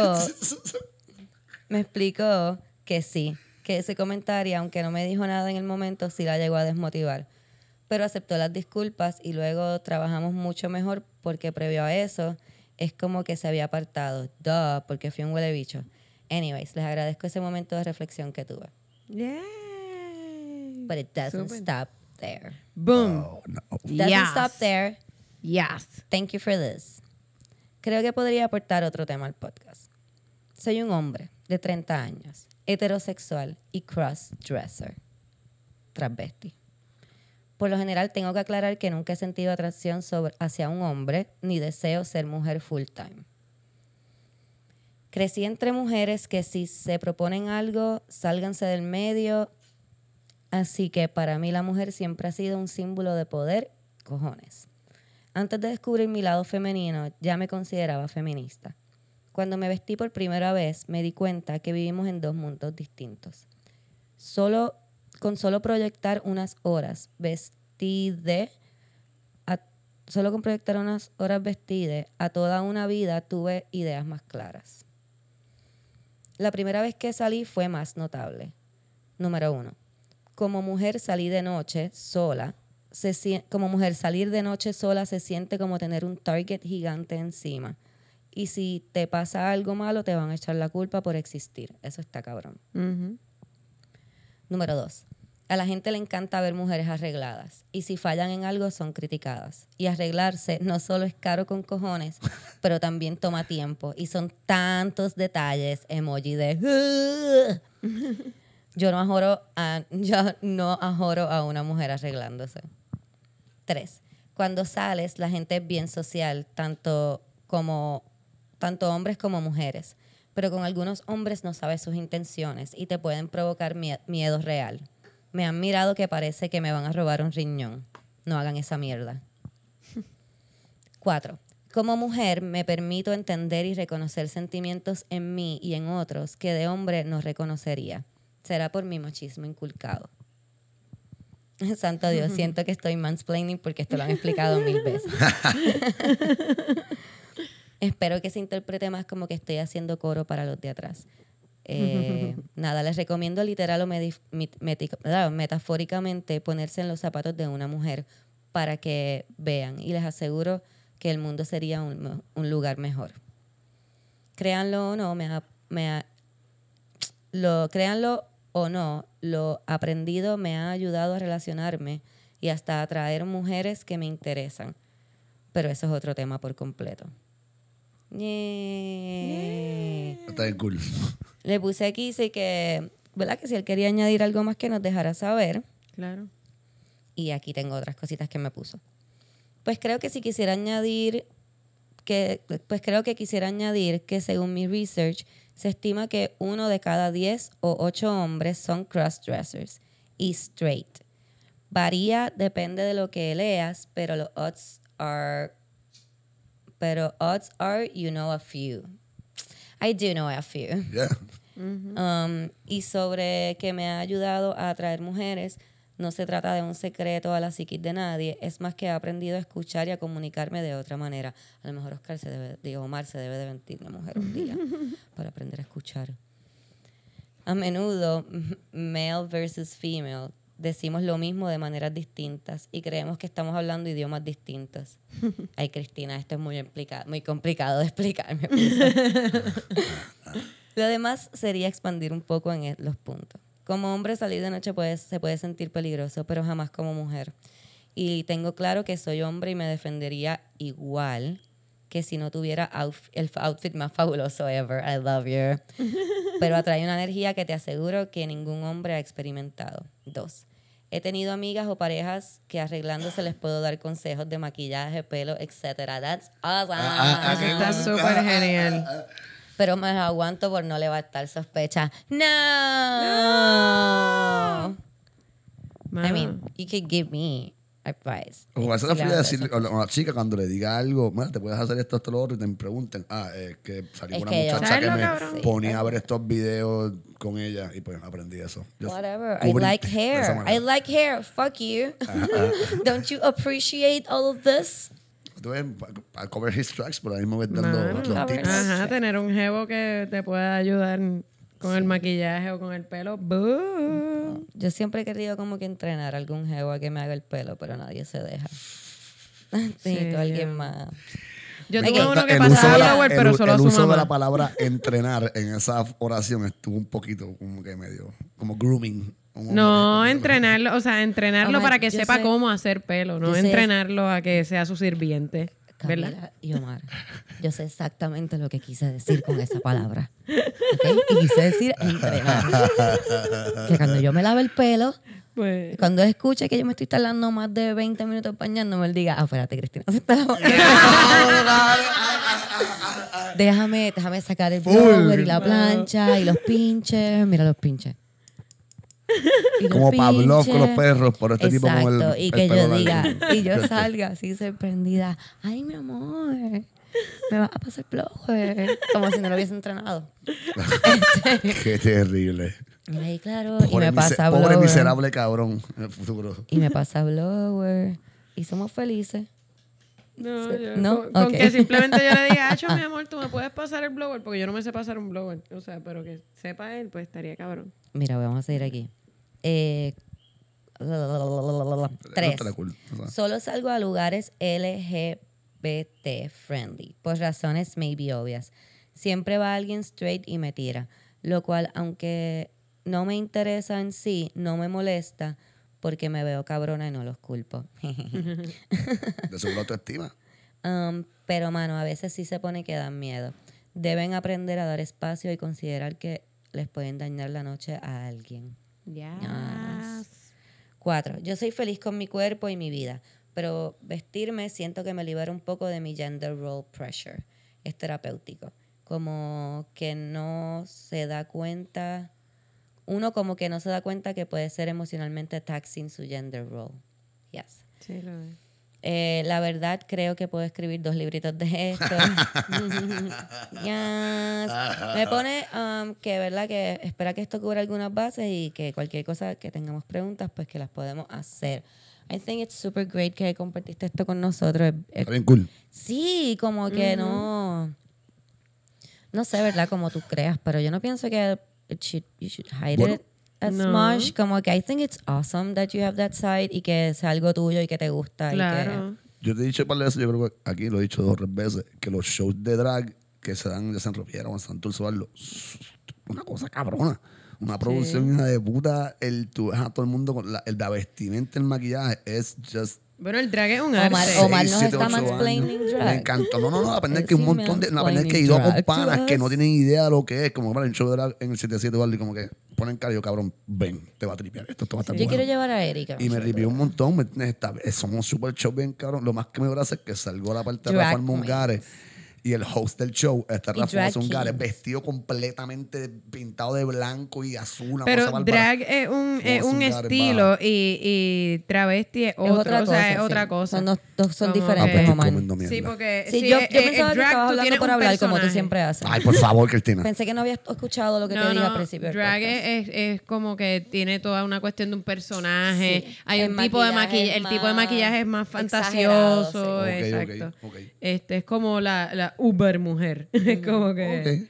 Speaker 1: explicó que sí, que ese comentario, aunque no me dijo nada en el momento, sí la llegó a desmotivar. Pero aceptó las disculpas y luego trabajamos mucho mejor porque previo a eso es como que se había apartado. Duh, porque fui un huele bicho. Anyways, les agradezco ese momento de reflexión que tuve.
Speaker 2: Yay.
Speaker 1: But it doesn't
Speaker 2: Súper.
Speaker 1: stop there.
Speaker 2: Boom.
Speaker 3: Oh, no.
Speaker 1: Doesn't
Speaker 2: Yes.
Speaker 1: stop there.
Speaker 2: Yes.
Speaker 1: Thank you for this. Creo que podría aportar otro tema al podcast. Soy un hombre de 30 años, heterosexual y cross-dresser. Transvesti. Por lo general, tengo que aclarar que nunca he sentido atracción hacia un hombre, ni deseo ser mujer full time. Crecí entre mujeres que si se proponen algo, sálganse del medio. Así que para mí la mujer siempre ha sido un símbolo de poder, cojones. Antes de descubrir mi lado femenino, ya me consideraba feminista. Cuando me vestí por primera vez, me di cuenta que vivimos en dos mundos distintos. Con solo proyectar unas horas vestida, a toda una vida tuve ideas más claras. La primera vez que salí fue más notable. Número 1. Como mujer salir de noche sola se siente como tener un target gigante encima. Y si te pasa algo malo, te van a echar la culpa por existir. Eso está cabrón.
Speaker 2: Ujú.
Speaker 1: Número 2. A la gente le encanta ver mujeres arregladas. Y si fallan en algo, son criticadas. Y arreglarse no solo es caro con cojones, pero también toma tiempo. Y son tantos detalles, emoji de... Yo no ajoro a una mujer arreglándose. 3. Cuando sales, la gente es bien social, tanto hombres como mujeres. Pero con algunos hombres no sabes sus intenciones y te pueden provocar miedo real. Me han mirado que parece que me van a robar un riñón. No hagan esa mierda. 4. Como mujer me permito entender y reconocer sentimientos en mí y en otros que de hombre no reconocería. Será por mi machismo inculcado. Santo Dios, siento que estoy mansplaining porque esto lo han explicado 1000 veces. Espero que se interprete más como que estoy haciendo coro para los de atrás. Nada, les recomiendo literal o metafóricamente ponerse en los zapatos de una mujer para que vean y les aseguro que el mundo sería un lugar mejor. Créanlo o no, créanlo o no, lo aprendido me ha ayudado a relacionarme y hasta a atraer mujeres que me interesan. Pero eso es otro tema por completo.
Speaker 3: Está bien cool.
Speaker 1: Le puse aquí, sí que, ¿verdad? Que si él quería añadir algo más que nos dejara saber.
Speaker 2: Claro.
Speaker 1: Y aquí tengo otras cositas que me puso. Pues creo que quisiera añadir que según mi research, se estima que 1 de cada 10 o 8 hombres son crossdressers y straight. Varía, depende de lo que leas, pero los odds are, you know a few. I do know a few.
Speaker 3: Yeah.
Speaker 1: Y sobre que me ha ayudado a atraer mujeres, no se trata de un secreto a la psiquis de nadie, es más que he aprendido a escuchar y a comunicarme de otra manera. A lo mejor Omar se debe de vestir de mujer un día para aprender a escuchar. A menudo, male versus female, decimos lo mismo de maneras distintas y creemos que estamos hablando idiomas distintos. Ay, Cristina, esto es muy complicado de explicar, me puse. Lo demás sería expandir un poco en los puntos. Como hombre, salir de noche se puede sentir peligroso, pero jamás como mujer. Y tengo claro que soy hombre y me defendería igual que si no tuviera el outfit más fabuloso ever. I love you. Pero atrae una energía que te aseguro que ningún hombre ha experimentado. 2. He tenido amigas o parejas que arreglándose les puedo dar consejos de maquillaje, pelo, etc. That's awesome.
Speaker 2: Eso está súper genial.
Speaker 1: Pero me aguanto por no levantar sospecha. No. I mean, you could give me advice.
Speaker 3: O esa es la fría decirle a la chica cuando le diga algo, mira, te puedes hacer esto, lo otro, y te pregunten, que salió
Speaker 1: Es
Speaker 3: una
Speaker 1: que yo-
Speaker 3: muchacha
Speaker 2: ¿Sabes
Speaker 3: que
Speaker 2: lo
Speaker 3: me
Speaker 2: cabrón?
Speaker 3: ponía a ver estos videos con ella y pues aprendí eso. Yo
Speaker 1: Whatever. I
Speaker 3: cubrí
Speaker 1: like
Speaker 3: de esa
Speaker 1: hair.
Speaker 3: manera.
Speaker 1: I like hair. Fuck you. Don't you appreciate all of this?
Speaker 3: Tú ves, para cover his tracks, pero ahí me voy dando
Speaker 2: Mano,
Speaker 3: los
Speaker 1: cover
Speaker 3: tips.
Speaker 2: Ajá, tener un jevo que te pueda ayudar con el maquillaje o con el pelo. ¡Boo!
Speaker 1: Yo siempre he querido como que entrenar a algún jevo a que me haga el pelo, pero nadie se deja. Necesito a alguien más.
Speaker 2: Yo
Speaker 1: Me
Speaker 2: tuve
Speaker 1: encanta
Speaker 2: uno que
Speaker 3: El uso de
Speaker 2: pasaba
Speaker 3: la-
Speaker 2: shower, pero solo a
Speaker 3: el
Speaker 2: su
Speaker 3: uso de la
Speaker 2: mamá.
Speaker 3: palabra entrenar en esa oración estuvo un poquito como que medio, como grooming.
Speaker 2: No, entrenarlo, o sea, entrenarlo
Speaker 1: Omar,
Speaker 2: para que
Speaker 1: yo
Speaker 2: sepa
Speaker 1: sé-
Speaker 2: cómo hacer pelo, no
Speaker 1: yo sé-
Speaker 2: entrenarlo a que sea su sirviente, ¿verdad?
Speaker 1: Camila y Omar, yo sé exactamente lo que quise decir con esa palabra. ¿Ok? Y quise decir entrenar. Que cuando yo me lave el pelo,
Speaker 2: Pues,
Speaker 1: Cuando él escuche que yo me estoy tardando más de 20 minutos bañándome, él diga, espérate, Cristina, se está déjame sacar el blower y la plancha y los pinches. Mira los pinches. Y los
Speaker 3: Como Pavlov con los
Speaker 1: pinches.
Speaker 3: perros, por este tipo con el
Speaker 1: Exacto, y
Speaker 3: el
Speaker 1: que
Speaker 3: pelo
Speaker 1: yo
Speaker 3: largo.
Speaker 1: diga, y yo salga así sorprendida. Ay, mi amor, me vas a pasar el blower. Como si no lo hubiese entrenado.
Speaker 3: Qué terrible.
Speaker 1: Y ahí, claro, y me pasa
Speaker 3: Pobre
Speaker 1: blower.
Speaker 3: miserable cabrón en el futuro.
Speaker 1: Y me pasa blower. Y somos felices.
Speaker 2: no, yo,
Speaker 1: ¿No?
Speaker 2: con
Speaker 1: Ok.
Speaker 2: que simplemente yo le diga, Acho, mi amor, tú me puedes pasar el blower, porque yo no me sé pasar un blower. O sea, pero que sepa él, pues estaría cabrón.
Speaker 1: Mira, vamos a seguir aquí. 3.
Speaker 3: Está cool, o sea.
Speaker 1: Solo salgo a lugares LGBT friendly, por razones maybe obvias. Siempre va alguien straight y me tira, lo cual, aunque no me interesa en sí, no me molesta porque me veo cabrona y no los culpo.
Speaker 3: De su autoestima.
Speaker 1: Pero, mano, a veces sí se pone que dan miedo. Deben aprender a dar espacio y considerar que les pueden dañar la noche a alguien.
Speaker 2: Ya.
Speaker 1: 4. Yo soy feliz con mi cuerpo y mi vida, pero vestirme siento que me libera un poco de mi gender role pressure. Es terapéutico. Como que no se da cuenta... Uno como que no se da cuenta que puede ser emocionalmente taxing su gender role. Yes.
Speaker 2: Sí, lo es.
Speaker 1: La verdad, creo que puedo escribir 2 libritos de esto. Yes. Me pone que, ¿verdad? Que espera que esto cubra algunas bases y que cualquier cosa que tengamos preguntas, pues que las podemos hacer. I think it's super great que compartiste esto con nosotros.
Speaker 3: Está bien cool.
Speaker 1: Sí, como que no sé, ¿verdad? Como tú creas, pero yo no pienso que you should hide
Speaker 3: Bueno.
Speaker 1: it as
Speaker 2: No.
Speaker 1: much. Como que I think it's awesome that you have that side y que sea algo tuyo y que te gusta.
Speaker 2: Claro.
Speaker 3: Yo te he dicho un par de veces, yo creo que aquí lo he dicho 2 o 3 veces, que los shows de drag que se dan ya se Ropiera o en Santurce o algo, una cosa cabrona. Una producción hija de puta. Tú ves a todo el mundo con el de vestimenta, el maquillaje, es just...
Speaker 2: Bueno, el drag es un
Speaker 1: Omar-
Speaker 2: arte.
Speaker 1: Omar nos
Speaker 3: 6, 7,
Speaker 1: está
Speaker 3: 8
Speaker 1: mansplaining
Speaker 3: años.
Speaker 1: drag.
Speaker 3: Me encantó. No, aprender que
Speaker 1: Sí,
Speaker 3: un montón de... Aprender que he
Speaker 1: mansplaining
Speaker 3: ido con
Speaker 1: drag
Speaker 3: panas
Speaker 1: to
Speaker 3: que
Speaker 1: us.
Speaker 3: no tienen idea de lo que es. Como para el show de drag en el 77 o algo y como que ponen cara y yo, cabrón, ven, te va a tripear. Esto va a estar
Speaker 1: Yo
Speaker 3: bueno.
Speaker 1: quiero llevar a Erika.
Speaker 3: Y me ripió un montón. Somos super show bien cabrón. Lo más que me hace es que salgo a la parte de
Speaker 1: Drag
Speaker 3: Rafael Mungares. Y el host del show está
Speaker 1: Y
Speaker 3: Rafael
Speaker 1: drag
Speaker 3: Mungares
Speaker 1: kings.
Speaker 3: vestido completamente pintado de blanco y azul. Una
Speaker 2: Pero
Speaker 3: cosa bárbara.
Speaker 2: drag es un
Speaker 3: Mungares,
Speaker 2: estilo
Speaker 3: va.
Speaker 2: y travesti es
Speaker 1: Es
Speaker 2: otro.
Speaker 1: otra
Speaker 2: O sea,
Speaker 1: cosa,
Speaker 2: es
Speaker 1: sí.
Speaker 2: otra cosa.
Speaker 1: Son dos son
Speaker 2: Como
Speaker 1: diferentes,
Speaker 2: que-
Speaker 3: Estoy
Speaker 1: Omar.
Speaker 3: comiendo mierda.
Speaker 2: Sí, porque
Speaker 1: Sí, yo pensaba que
Speaker 2: drag,
Speaker 1: estabas
Speaker 2: tú
Speaker 1: hablando
Speaker 2: tienes
Speaker 1: por
Speaker 2: un
Speaker 1: hablar como tú
Speaker 2: personaje.
Speaker 1: siempre haces.
Speaker 3: Ay, por favor, Cristina.
Speaker 1: Pensé que no habías escuchado lo que te
Speaker 2: No,
Speaker 1: dije
Speaker 2: no,
Speaker 1: al principio del
Speaker 2: drag
Speaker 1: podcast.
Speaker 2: es como que tiene toda una cuestión de un personaje.
Speaker 1: Sí.
Speaker 2: Hay
Speaker 1: El
Speaker 2: un tipo de
Speaker 1: maquillaje
Speaker 2: maquillaje,
Speaker 1: es
Speaker 2: el tipo de
Speaker 1: más
Speaker 2: maquillaje es más
Speaker 1: exagerado,
Speaker 2: fantasioso,
Speaker 3: sí.
Speaker 2: exacto.
Speaker 3: Ok.
Speaker 2: Es como la uber mujer. Es como que
Speaker 3: Ok.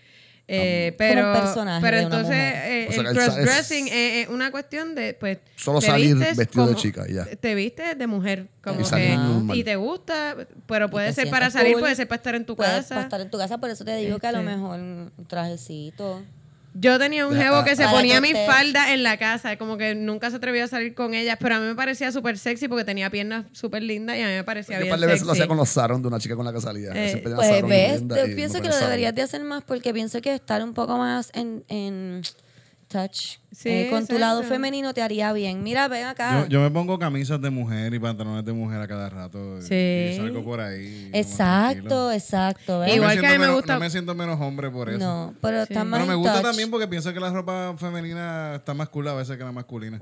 Speaker 2: pero
Speaker 1: Como un personaje
Speaker 2: pero
Speaker 1: de una
Speaker 2: entonces
Speaker 1: mujer.
Speaker 3: O sea,
Speaker 2: el
Speaker 3: que
Speaker 2: crossdressing es una cuestión de pues
Speaker 3: Solo
Speaker 2: te
Speaker 3: salir
Speaker 2: vistes
Speaker 3: vestido de
Speaker 2: como-
Speaker 3: chica y ya.
Speaker 2: te vistes de mujer como
Speaker 3: Y salir
Speaker 2: que
Speaker 3: normal.
Speaker 2: y te gusta, pero puede
Speaker 1: te
Speaker 2: ser para
Speaker 1: sientes
Speaker 2: salir,
Speaker 1: cool.
Speaker 2: puede ser para estar en tu
Speaker 1: Puedes
Speaker 2: casa.
Speaker 1: para estar en tu casa, por eso te digo que a lo
Speaker 2: Este.
Speaker 1: mejor un trajecito.
Speaker 2: Yo tenía un jevo que se
Speaker 1: Para
Speaker 2: ponía
Speaker 1: que
Speaker 2: mi
Speaker 1: te-
Speaker 2: falda en la casa, como que nunca se atrevía a salir con ellas, pero a mí me parecía súper sexy porque tenía piernas súper lindas y a mí me parecía
Speaker 3: Yo un
Speaker 2: bien
Speaker 3: par de veces lo hacía
Speaker 2: sexy.
Speaker 3: con los sarong de una chica con la que salía. Siempre tenía
Speaker 1: Pues
Speaker 3: sarong
Speaker 1: ves,
Speaker 3: linda
Speaker 1: yo
Speaker 3: y
Speaker 1: pienso
Speaker 3: me
Speaker 1: que
Speaker 3: ponía
Speaker 1: lo
Speaker 3: sarong.
Speaker 1: deberías de hacer más porque pienso que estar un poco más en touch
Speaker 2: Sí,
Speaker 1: con tu lado
Speaker 2: exacto.
Speaker 1: femenino te haría bien. Mira, ven acá.
Speaker 4: Yo me pongo camisas de mujer y pantalones de mujer a cada rato.
Speaker 2: Sí.
Speaker 4: Y salgo por ahí.
Speaker 1: Exacto, exacto. ¿ves?
Speaker 2: Igual
Speaker 4: No
Speaker 2: que a mí me
Speaker 4: siento
Speaker 2: gusta-
Speaker 4: No me siento menos hombre por eso.
Speaker 1: No, pero está más
Speaker 4: Pero me
Speaker 1: in
Speaker 4: gusta
Speaker 1: touch.
Speaker 4: también porque pienso que la ropa femenina está más cool a veces que la masculina.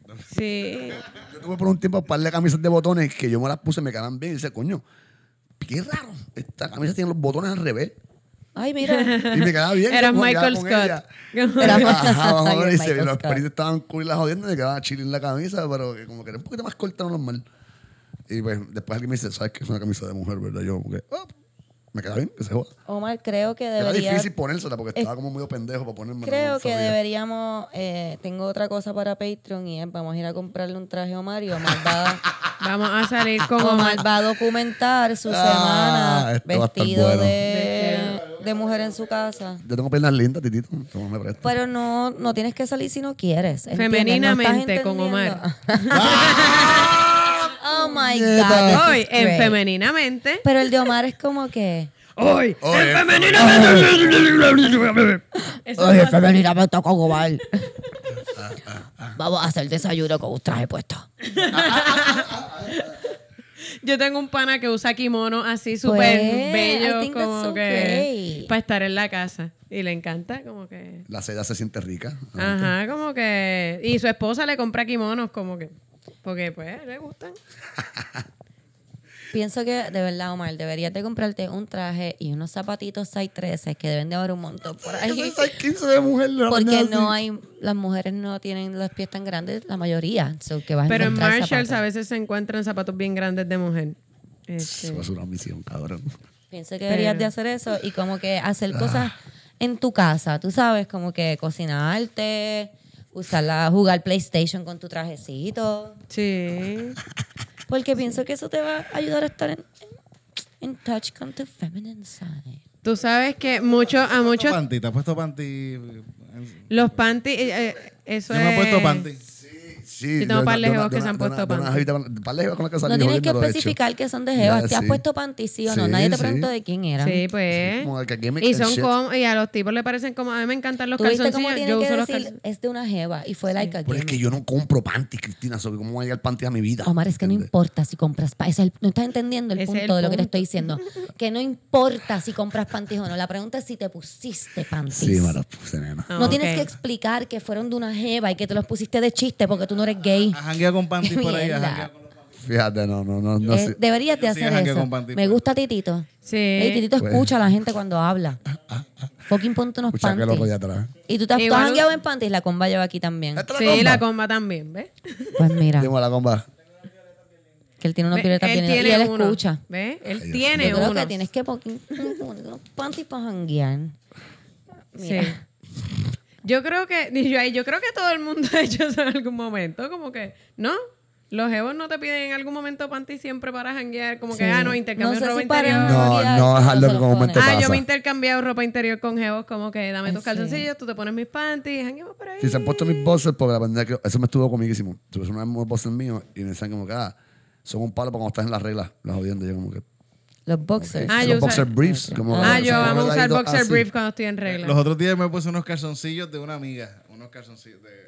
Speaker 2: Sí.
Speaker 3: Yo tuve por un tiempo un par de camisas de botones que yo me las puse y me quedaban bien. Y dice, coño, qué raro. Esta camisa tiene los botones al revés.
Speaker 1: Ay, mira.
Speaker 3: Y me quedaba bien.
Speaker 2: Eras
Speaker 3: yo jugaba
Speaker 2: Michael
Speaker 3: con
Speaker 2: Scott.
Speaker 3: ella.
Speaker 1: Era
Speaker 3: Ajá, vamos a
Speaker 1: Ay,
Speaker 3: ver,
Speaker 1: el
Speaker 3: y se-
Speaker 1: Michael
Speaker 3: los
Speaker 1: Scott.
Speaker 3: peritos estaban cool y las jodiendo y me quedaba chile en la camisa, pero que como que era un poquito más corta de lo normal. Y pues después alguien me dice, ¿sabes qué es una camisa de mujer, verdad? Yo, como que, me queda bien, que se joda.
Speaker 1: Omar, creo que
Speaker 3: Era
Speaker 1: debería...
Speaker 3: difícil ponérsela porque estaba como medio pendejo para ponerme.
Speaker 1: Creo que deberíamos... tengo otra cosa para Patreon y es vamos a ir a comprarle un traje a Omar y Omar va,
Speaker 2: Vamos a salir con
Speaker 1: Omar
Speaker 2: Omar.
Speaker 1: va a documentar su
Speaker 3: Ah,
Speaker 1: semana
Speaker 3: esto va a estar
Speaker 1: vestido
Speaker 3: bueno.
Speaker 1: de mujer en su casa.
Speaker 3: Yo tengo piernas lindas, titito. Toma, me presta.
Speaker 1: Pero no tienes que salir si no quieres. ¿entiendes?
Speaker 2: Femeninamente
Speaker 1: ¿No estás
Speaker 2: con Omar.
Speaker 1: entendiendo? Oh my
Speaker 3: Nieta.
Speaker 1: God. this
Speaker 2: Hoy,
Speaker 1: is
Speaker 2: en
Speaker 1: great.
Speaker 2: femeninamente.
Speaker 1: Pero el de Omar es como que...
Speaker 2: Hoy,
Speaker 3: Oye,
Speaker 2: femeninamente. Eso
Speaker 1: Oye,
Speaker 2: pasa.
Speaker 1: femeninamente con Omar. Vamos a hacer desayuno con un traje puesto.
Speaker 2: Yo tengo un pana que usa kimono así súper
Speaker 1: I
Speaker 2: bello,
Speaker 1: think that's
Speaker 2: como
Speaker 1: so
Speaker 2: que
Speaker 1: great.
Speaker 2: para estar en la casa. Y le encanta, como que.
Speaker 3: La seda se siente rica.
Speaker 2: Ajá, como que. Y su esposa le compra kimonos, como que. Porque pues le gustan.
Speaker 1: Pienso que, de verdad, Omar, deberías de comprarte un traje y unos zapatitos size 13 que deben de haber un montón por ahí.
Speaker 3: Hay 15 de mujer.
Speaker 1: Porque no hay, las mujeres no tienen los pies tan grandes, la mayoría. So que vas a
Speaker 2: Pero en
Speaker 1: encontrar
Speaker 2: Marshalls
Speaker 1: zapatos.
Speaker 2: a veces se encuentran zapatos bien grandes de mujer.
Speaker 3: Eso es una misión, cabrón.
Speaker 1: Pienso que deberías de hacer eso y como que hacer cosas en tu casa, tú sabes, como que cocinarte, jugar PlayStation con tu trajecito.
Speaker 2: Sí.
Speaker 1: Porque pienso que eso te va a ayudar a estar en touch con tu feminine side.
Speaker 2: Tú sabes que a muchos
Speaker 4: Panty, ¿te has puesto panty?
Speaker 2: los panties, eso
Speaker 4: Yo me he puesto
Speaker 2: es.
Speaker 4: panty.
Speaker 3: Sí,
Speaker 2: Yo tengo par de jevos que se han puesto panty.
Speaker 3: Par de jevos con la que salí
Speaker 1: No tienes que
Speaker 3: jodiendo, lo he hecho.
Speaker 1: especificar que son de jevas.
Speaker 3: Ya,
Speaker 1: ¿Te has
Speaker 3: sí.
Speaker 1: puesto panty, sí o no?
Speaker 3: Sí,
Speaker 1: Nadie te
Speaker 3: sí.
Speaker 1: preguntó de quién eran.
Speaker 2: Sí, pues.
Speaker 3: Como que gimmick
Speaker 2: Y
Speaker 3: and
Speaker 2: son
Speaker 3: shit.
Speaker 2: y a los tipos le parecen como. A mí me encantan los
Speaker 1: ¿Tú viste cómo
Speaker 2: calzoncillos.
Speaker 1: tiene
Speaker 2: Yo
Speaker 1: que
Speaker 2: uso los
Speaker 1: decir
Speaker 2: calzoncillos.
Speaker 1: es de una jeva? Y fue like a
Speaker 3: Pero es que
Speaker 1: gimmick.
Speaker 3: yo no compro panty, Cristina. ¿Sobre cómo va a llegar panty a mi vida?
Speaker 1: Omar, es que no
Speaker 3: ¿Entiendes?
Speaker 1: importa si compras no estás entendiendo el
Speaker 2: Ese es
Speaker 1: punto
Speaker 2: el
Speaker 1: de lo que te
Speaker 2: punto.
Speaker 1: estoy diciendo. Que no importa si compras panties o no. La pregunta es si te pusiste panties.
Speaker 3: Sí, me los puse, nena.
Speaker 2: Ah,
Speaker 1: No
Speaker 2: ok.
Speaker 1: tienes que explicar que fueron de una jeva y que te los pusiste de chiste porque tú no eres gay.
Speaker 4: ¿Has jangueado con panty por ahí? ¿Has
Speaker 1: Mierda.
Speaker 4: jangueado con los panty?
Speaker 3: Fíjate, no sé.
Speaker 1: Deberías de
Speaker 4: Yo sí
Speaker 1: hacer
Speaker 4: jangueo
Speaker 1: eso.
Speaker 4: con panty,
Speaker 1: Me
Speaker 4: pues.
Speaker 1: gusta Titito.
Speaker 2: Sí.
Speaker 1: Ey, Titito
Speaker 3: Pues.
Speaker 1: escucha a la gente cuando habla. Fucking ponte unos
Speaker 3: Escucha que loco allá
Speaker 1: panties.
Speaker 3: atrás.
Speaker 1: Y tú te has
Speaker 2: Igual-
Speaker 1: jangueado en panties, la comba lleva aquí también.
Speaker 3: ¿Esta es
Speaker 2: Sí,
Speaker 3: comba?
Speaker 2: la comba también, ¿ves?
Speaker 1: Pues mira,
Speaker 3: Dime la comba.
Speaker 1: que él tiene unos violetas
Speaker 2: Él
Speaker 1: bien y él
Speaker 2: tiene uno.
Speaker 1: escucha.
Speaker 2: ¿Ves? Él
Speaker 3: Dios
Speaker 2: tiene
Speaker 1: Yo creo
Speaker 2: uno.
Speaker 1: que tienes que poner unos panties para janguear. Mira.
Speaker 2: Sí. Yo creo que todo el mundo ha hecho eso en algún momento, como que, ¿no? Los jevos no te piden en algún momento panty siempre para janguear, como que,
Speaker 1: Sí.
Speaker 2: no, intercambio
Speaker 1: No sé
Speaker 2: ropa
Speaker 1: si para
Speaker 2: interior.
Speaker 3: No,
Speaker 1: janguear,
Speaker 3: no es
Speaker 1: pero
Speaker 3: algo
Speaker 1: se
Speaker 3: que
Speaker 1: los
Speaker 3: comúnmente
Speaker 1: ponen.
Speaker 2: Yo
Speaker 3: pasa.
Speaker 2: me he intercambiado ropa interior con jevos, como que dame tus
Speaker 1: Sí.
Speaker 2: calzoncillos, tú te pones mis panties, jangueamos por ahí.
Speaker 3: Si se han puesto mis bosses, porque la verdad que eso me estuvo conmiguísimo. Tuve unos bosses míos y me decían como que, son un palo para cuando estás en las reglas. Las jodiendo. Yo como que,
Speaker 1: Los boxers.
Speaker 2: Ah,
Speaker 3: los
Speaker 2: yo
Speaker 3: boxer
Speaker 2: usa-
Speaker 3: briefs. Como
Speaker 2: Ah,
Speaker 3: que
Speaker 2: yo
Speaker 3: son
Speaker 2: vamos a usar
Speaker 3: delgaditos
Speaker 2: boxer
Speaker 3: así.
Speaker 2: brief cuando estoy en regla.
Speaker 4: Los otros días me puse unos calzoncillos de una amiga. Unos calzoncillos de...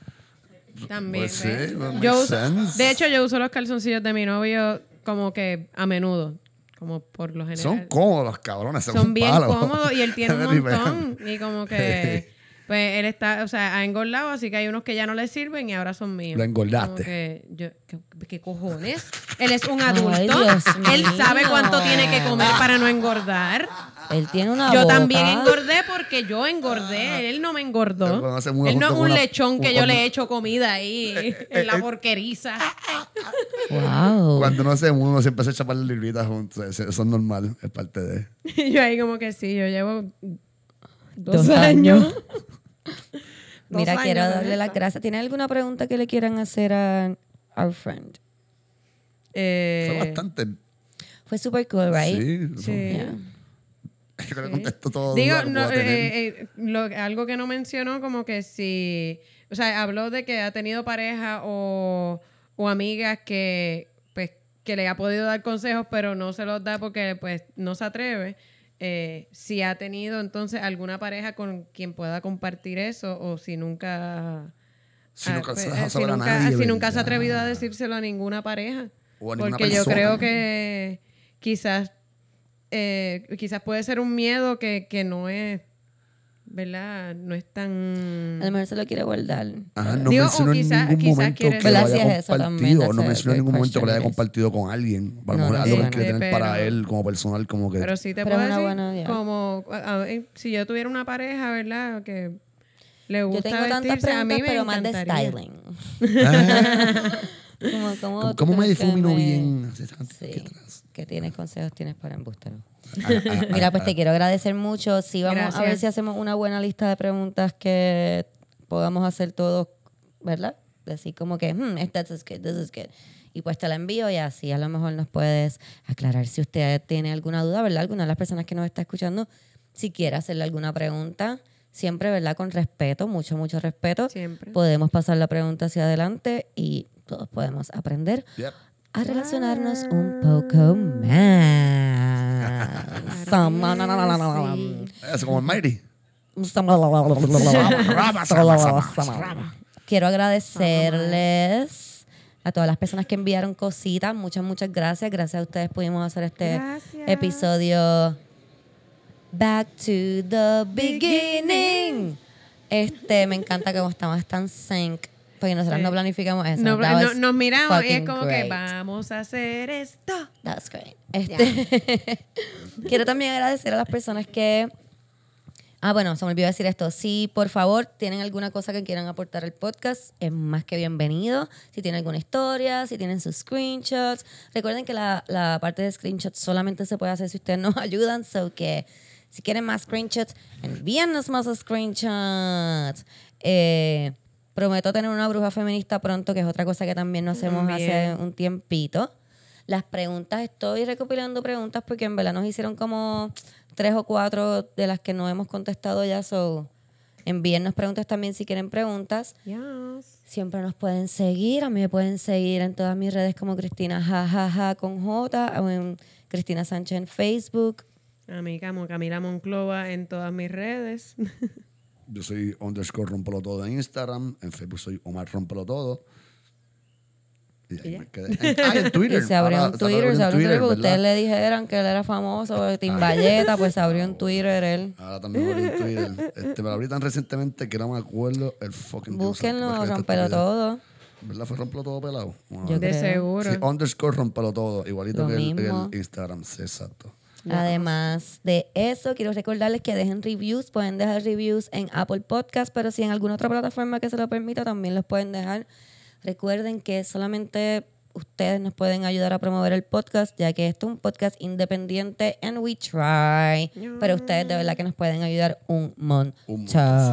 Speaker 2: También,
Speaker 3: Pues sí,
Speaker 2: ¿ves?
Speaker 3: that makes
Speaker 2: Yo uso,
Speaker 3: sense.
Speaker 2: de hecho, yo uso los calzoncillos de mi novio como que a menudo, como por lo general.
Speaker 3: Son cómodos, cabrones.
Speaker 2: Son
Speaker 3: un
Speaker 2: bien
Speaker 3: palo.
Speaker 2: cómodos y él tiene un
Speaker 3: Very bad.
Speaker 2: montón. Y como que, pues él está, o sea, ha engordado, así que hay unos que ya no le sirven y ahora son míos.
Speaker 3: Lo engordaste.
Speaker 2: Como que ¿qué cojones? Él es un
Speaker 1: Ay,
Speaker 2: adulto.
Speaker 1: Dios
Speaker 2: Él sabe
Speaker 1: mío.
Speaker 2: cuánto tiene que comer para no engordar.
Speaker 1: Él tiene una
Speaker 2: Yo
Speaker 1: boca.
Speaker 2: también engordé porque yo engordé. Él no me
Speaker 3: Él
Speaker 2: engordó.
Speaker 3: cuando hace una
Speaker 2: Él no es
Speaker 3: junto con
Speaker 2: un
Speaker 3: una-
Speaker 2: lechón que
Speaker 3: un-
Speaker 2: yo le echo comida ahí en la porqueriza.
Speaker 1: Wow.
Speaker 3: Cuando uno hace uno siempre se echa para las libritas juntos. Eso es normal. Es parte de...
Speaker 2: Y yo ahí como que sí, yo llevo
Speaker 1: 2 años.
Speaker 2: Dos
Speaker 1: Mira,
Speaker 2: años
Speaker 1: quiero
Speaker 2: en
Speaker 1: darle las
Speaker 2: esta.
Speaker 1: gracias. ¿Tiene alguna pregunta que le quieran hacer a our friend?
Speaker 3: Fue bastante...
Speaker 1: Fue super cool, right?
Speaker 3: Sí.
Speaker 2: Sí.
Speaker 1: Yeah.
Speaker 3: Yo creo que contesto todo.
Speaker 2: Digo,
Speaker 3: duda que
Speaker 2: no,
Speaker 3: pueda tener.
Speaker 2: algo que no mencionó, como que si, o sea, habló de que ha tenido pareja o amigas que, pues, que le ha podido dar consejos, pero no se los da porque, pues, no se atreve. Si ha tenido, entonces, alguna pareja con quien pueda compartir eso o si nunca...
Speaker 3: Si nunca se
Speaker 2: pues,
Speaker 3: deja saber a nadie,
Speaker 2: si nunca se ha
Speaker 3: ¿verdad?
Speaker 2: atrevido a decírselo a ninguna pareja.
Speaker 3: O a ninguna
Speaker 2: Porque yo
Speaker 3: persona.
Speaker 2: creo que quizás puede ser un miedo que no es, ¿verdad? No es tan...
Speaker 1: A lo mejor se lo quiere guardar.
Speaker 3: Ajá, no
Speaker 2: Digo,
Speaker 3: mencionó
Speaker 2: o
Speaker 3: en
Speaker 2: quizá-
Speaker 3: ningún
Speaker 2: quizá
Speaker 3: momento
Speaker 2: quiere-
Speaker 3: que
Speaker 1: ¿Verdad?
Speaker 3: lo
Speaker 1: Sí
Speaker 3: haya
Speaker 1: es eso también,
Speaker 3: compartido.
Speaker 1: that's
Speaker 3: No
Speaker 1: a
Speaker 3: mencionó en
Speaker 1: good
Speaker 3: ningún momento que lo haya
Speaker 1: question, it is.
Speaker 3: compartido con alguien. A lo
Speaker 1: No,
Speaker 3: mejor
Speaker 1: no
Speaker 3: algo que
Speaker 1: sé.
Speaker 3: él quiere tener para
Speaker 2: Pero-
Speaker 3: él como personal, como que...
Speaker 2: Pero sí te
Speaker 1: Pero
Speaker 2: puedo
Speaker 1: es una
Speaker 2: decir,
Speaker 1: buena idea.
Speaker 2: como si yo tuviera una pareja, ¿verdad? Que le
Speaker 1: Yo
Speaker 2: gusta
Speaker 1: tengo tantas
Speaker 2: vestirse, a mí
Speaker 1: preguntas,
Speaker 2: me
Speaker 1: pero más de
Speaker 2: encantaría.
Speaker 1: styling. ¿Cómo
Speaker 3: ¿Cómo me
Speaker 1: tú crees que
Speaker 3: difumino
Speaker 1: me-
Speaker 3: bien?
Speaker 1: Sí. ¿Qué tienes consejos tienes para embustero? Mira, pues te quiero agradecer mucho. Sí, vamos a ver
Speaker 2: Gracias.
Speaker 1: si hacemos una buena lista de preguntas que podamos hacer todos, ¿verdad? Decir como que, this is good, this is good. Y pues te la envío y así a lo mejor nos puedes aclarar si usted tiene alguna duda, ¿verdad? Alguna de las personas que nos está escuchando, si quiere hacerle alguna pregunta, siempre, ¿verdad? Con respeto, mucho, mucho respeto.
Speaker 2: Siempre.
Speaker 1: Podemos pasar la pregunta hacia adelante y todos podemos aprender
Speaker 3: Yep.
Speaker 1: a relacionarnos un poco más.
Speaker 3: Es como el Mighty.
Speaker 1: quiero agradecerles a todas las personas que enviaron cositas. Muchas, muchas gracias. Gracias a ustedes pudimos hacer este
Speaker 2: Gracias.
Speaker 1: episodio Back to the Beginning. Me encanta que estamos tan sync. Porque nosotros
Speaker 2: Sí.
Speaker 1: no planificamos eso.
Speaker 2: No,
Speaker 1: That was
Speaker 2: nos miramos y es
Speaker 1: fucking
Speaker 2: como
Speaker 1: great.
Speaker 2: que vamos a hacer esto.
Speaker 1: That's great. Quiero también agradecer a las personas que... bueno, se me olvidó decir esto. Si por favor tienen alguna cosa que quieran aportar al podcast, es más que bienvenido. Si tienen alguna historia, si tienen sus screenshots. Recuerden que la parte de screenshots solamente se puede hacer si ustedes nos ayudan. So que si quieren más screenshots, envíennos más screenshots. Prometo tener una bruja feminista pronto, que es otra cosa que también no hacemos hace un tiempito. Las preguntas, estoy recopilando preguntas porque en verdad nos hicieron como 3 o 4 de las que no hemos contestado ya. So, envíennos preguntas también si quieren preguntas.
Speaker 2: Yes.
Speaker 1: Siempre nos pueden seguir. A mí me pueden seguir en todas mis redes como Cristina jajaja con J, o en Cristina Sánchez en Facebook.
Speaker 2: A mí como Camila Monclova en todas mis redes.
Speaker 3: Yo soy _rompelo todo en Instagram. En Facebook soy Omar Rompelo todo. Y ahí me quedé. En Twitter.
Speaker 1: Y se abrió
Speaker 3: Ahora
Speaker 1: un Twitter, porque
Speaker 3: ¿verdad?
Speaker 1: ustedes le dijeran que él era famoso, Timballeta, pues se abrió un Twitter él.
Speaker 3: Ahora también abrí en Twitter. Me lo abrí tan recientemente que no me acuerdo el fucking
Speaker 1: Búsquenlo, rompelo todo.
Speaker 3: ¿Verdad? ¿Fue rompelo todo pelado?
Speaker 1: Yo
Speaker 2: De
Speaker 1: creo.
Speaker 2: seguro.
Speaker 3: Sí, rompelo todo. Igualito
Speaker 1: Lo
Speaker 3: que
Speaker 1: mismo.
Speaker 3: el Instagram. Sí, exacto.
Speaker 1: Además de eso, quiero recordarles que dejen reviews. Pueden dejar reviews en Apple Podcast, pero si en alguna otra plataforma que se lo permita, también los pueden dejar. Recuerden que solamente ustedes nos pueden ayudar a promover el podcast, ya que esto es un podcast independiente and we try. Pero ustedes de verdad que nos pueden ayudar un montón.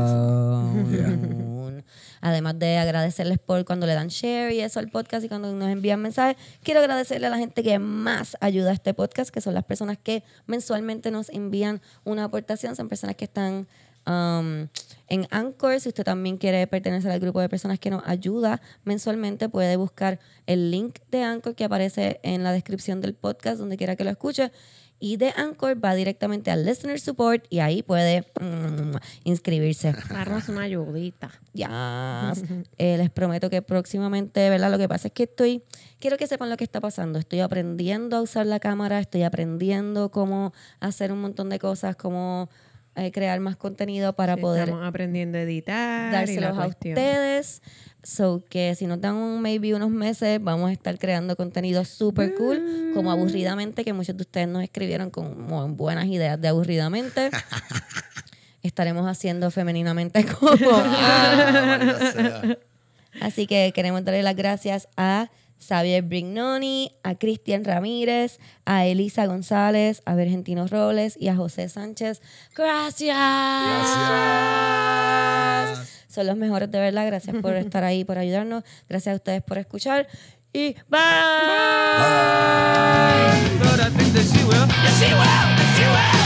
Speaker 1: Además de agradecerles por cuando le dan share y eso al podcast y cuando nos envían mensajes, quiero agradecerle a la gente que más ayuda a este podcast, que son las personas que mensualmente nos envían una aportación. Son personas que están en Anchor. Si usted también quiere pertenecer al grupo de personas que nos ayuda mensualmente, puede buscar el link de Anchor que aparece en la descripción del podcast, donde quiera que lo escuche. Y de Anchor va directamente al Listener Support y ahí puede inscribirse.
Speaker 2: Darnos una ayudita.
Speaker 1: Ya. Les prometo que próximamente, ¿verdad? Lo que pasa es que quiero que sepan lo que está pasando. Estoy aprendiendo a usar la cámara, estoy aprendiendo cómo hacer un montón de cosas, cómo crear más contenido para
Speaker 2: Sí,
Speaker 1: poder
Speaker 2: estamos aprendiendo a editar.
Speaker 1: dárselos
Speaker 2: y la
Speaker 1: a
Speaker 2: cuestión.
Speaker 1: ustedes. So que si nos dan maybe unos meses, vamos a estar creando contenido súper cool, como Aburridamente, que muchos de ustedes nos escribieron con muy buenas ideas de Aburridamente. Estaremos haciendo Femeninamente como...
Speaker 3: Maldita sea.
Speaker 1: Así que queremos darle las gracias a Xavier Brignoni, a Cristian Ramírez, a Elisa González, a Vergentino Robles y a José Sánchez. ¡Gracias!
Speaker 3: Gracias.
Speaker 1: Son los mejores, de verdad. Gracias por estar ahí, por ayudarnos. Gracias a ustedes por escuchar. Y bye.
Speaker 6: But I think that she will. Yes, she will. She will.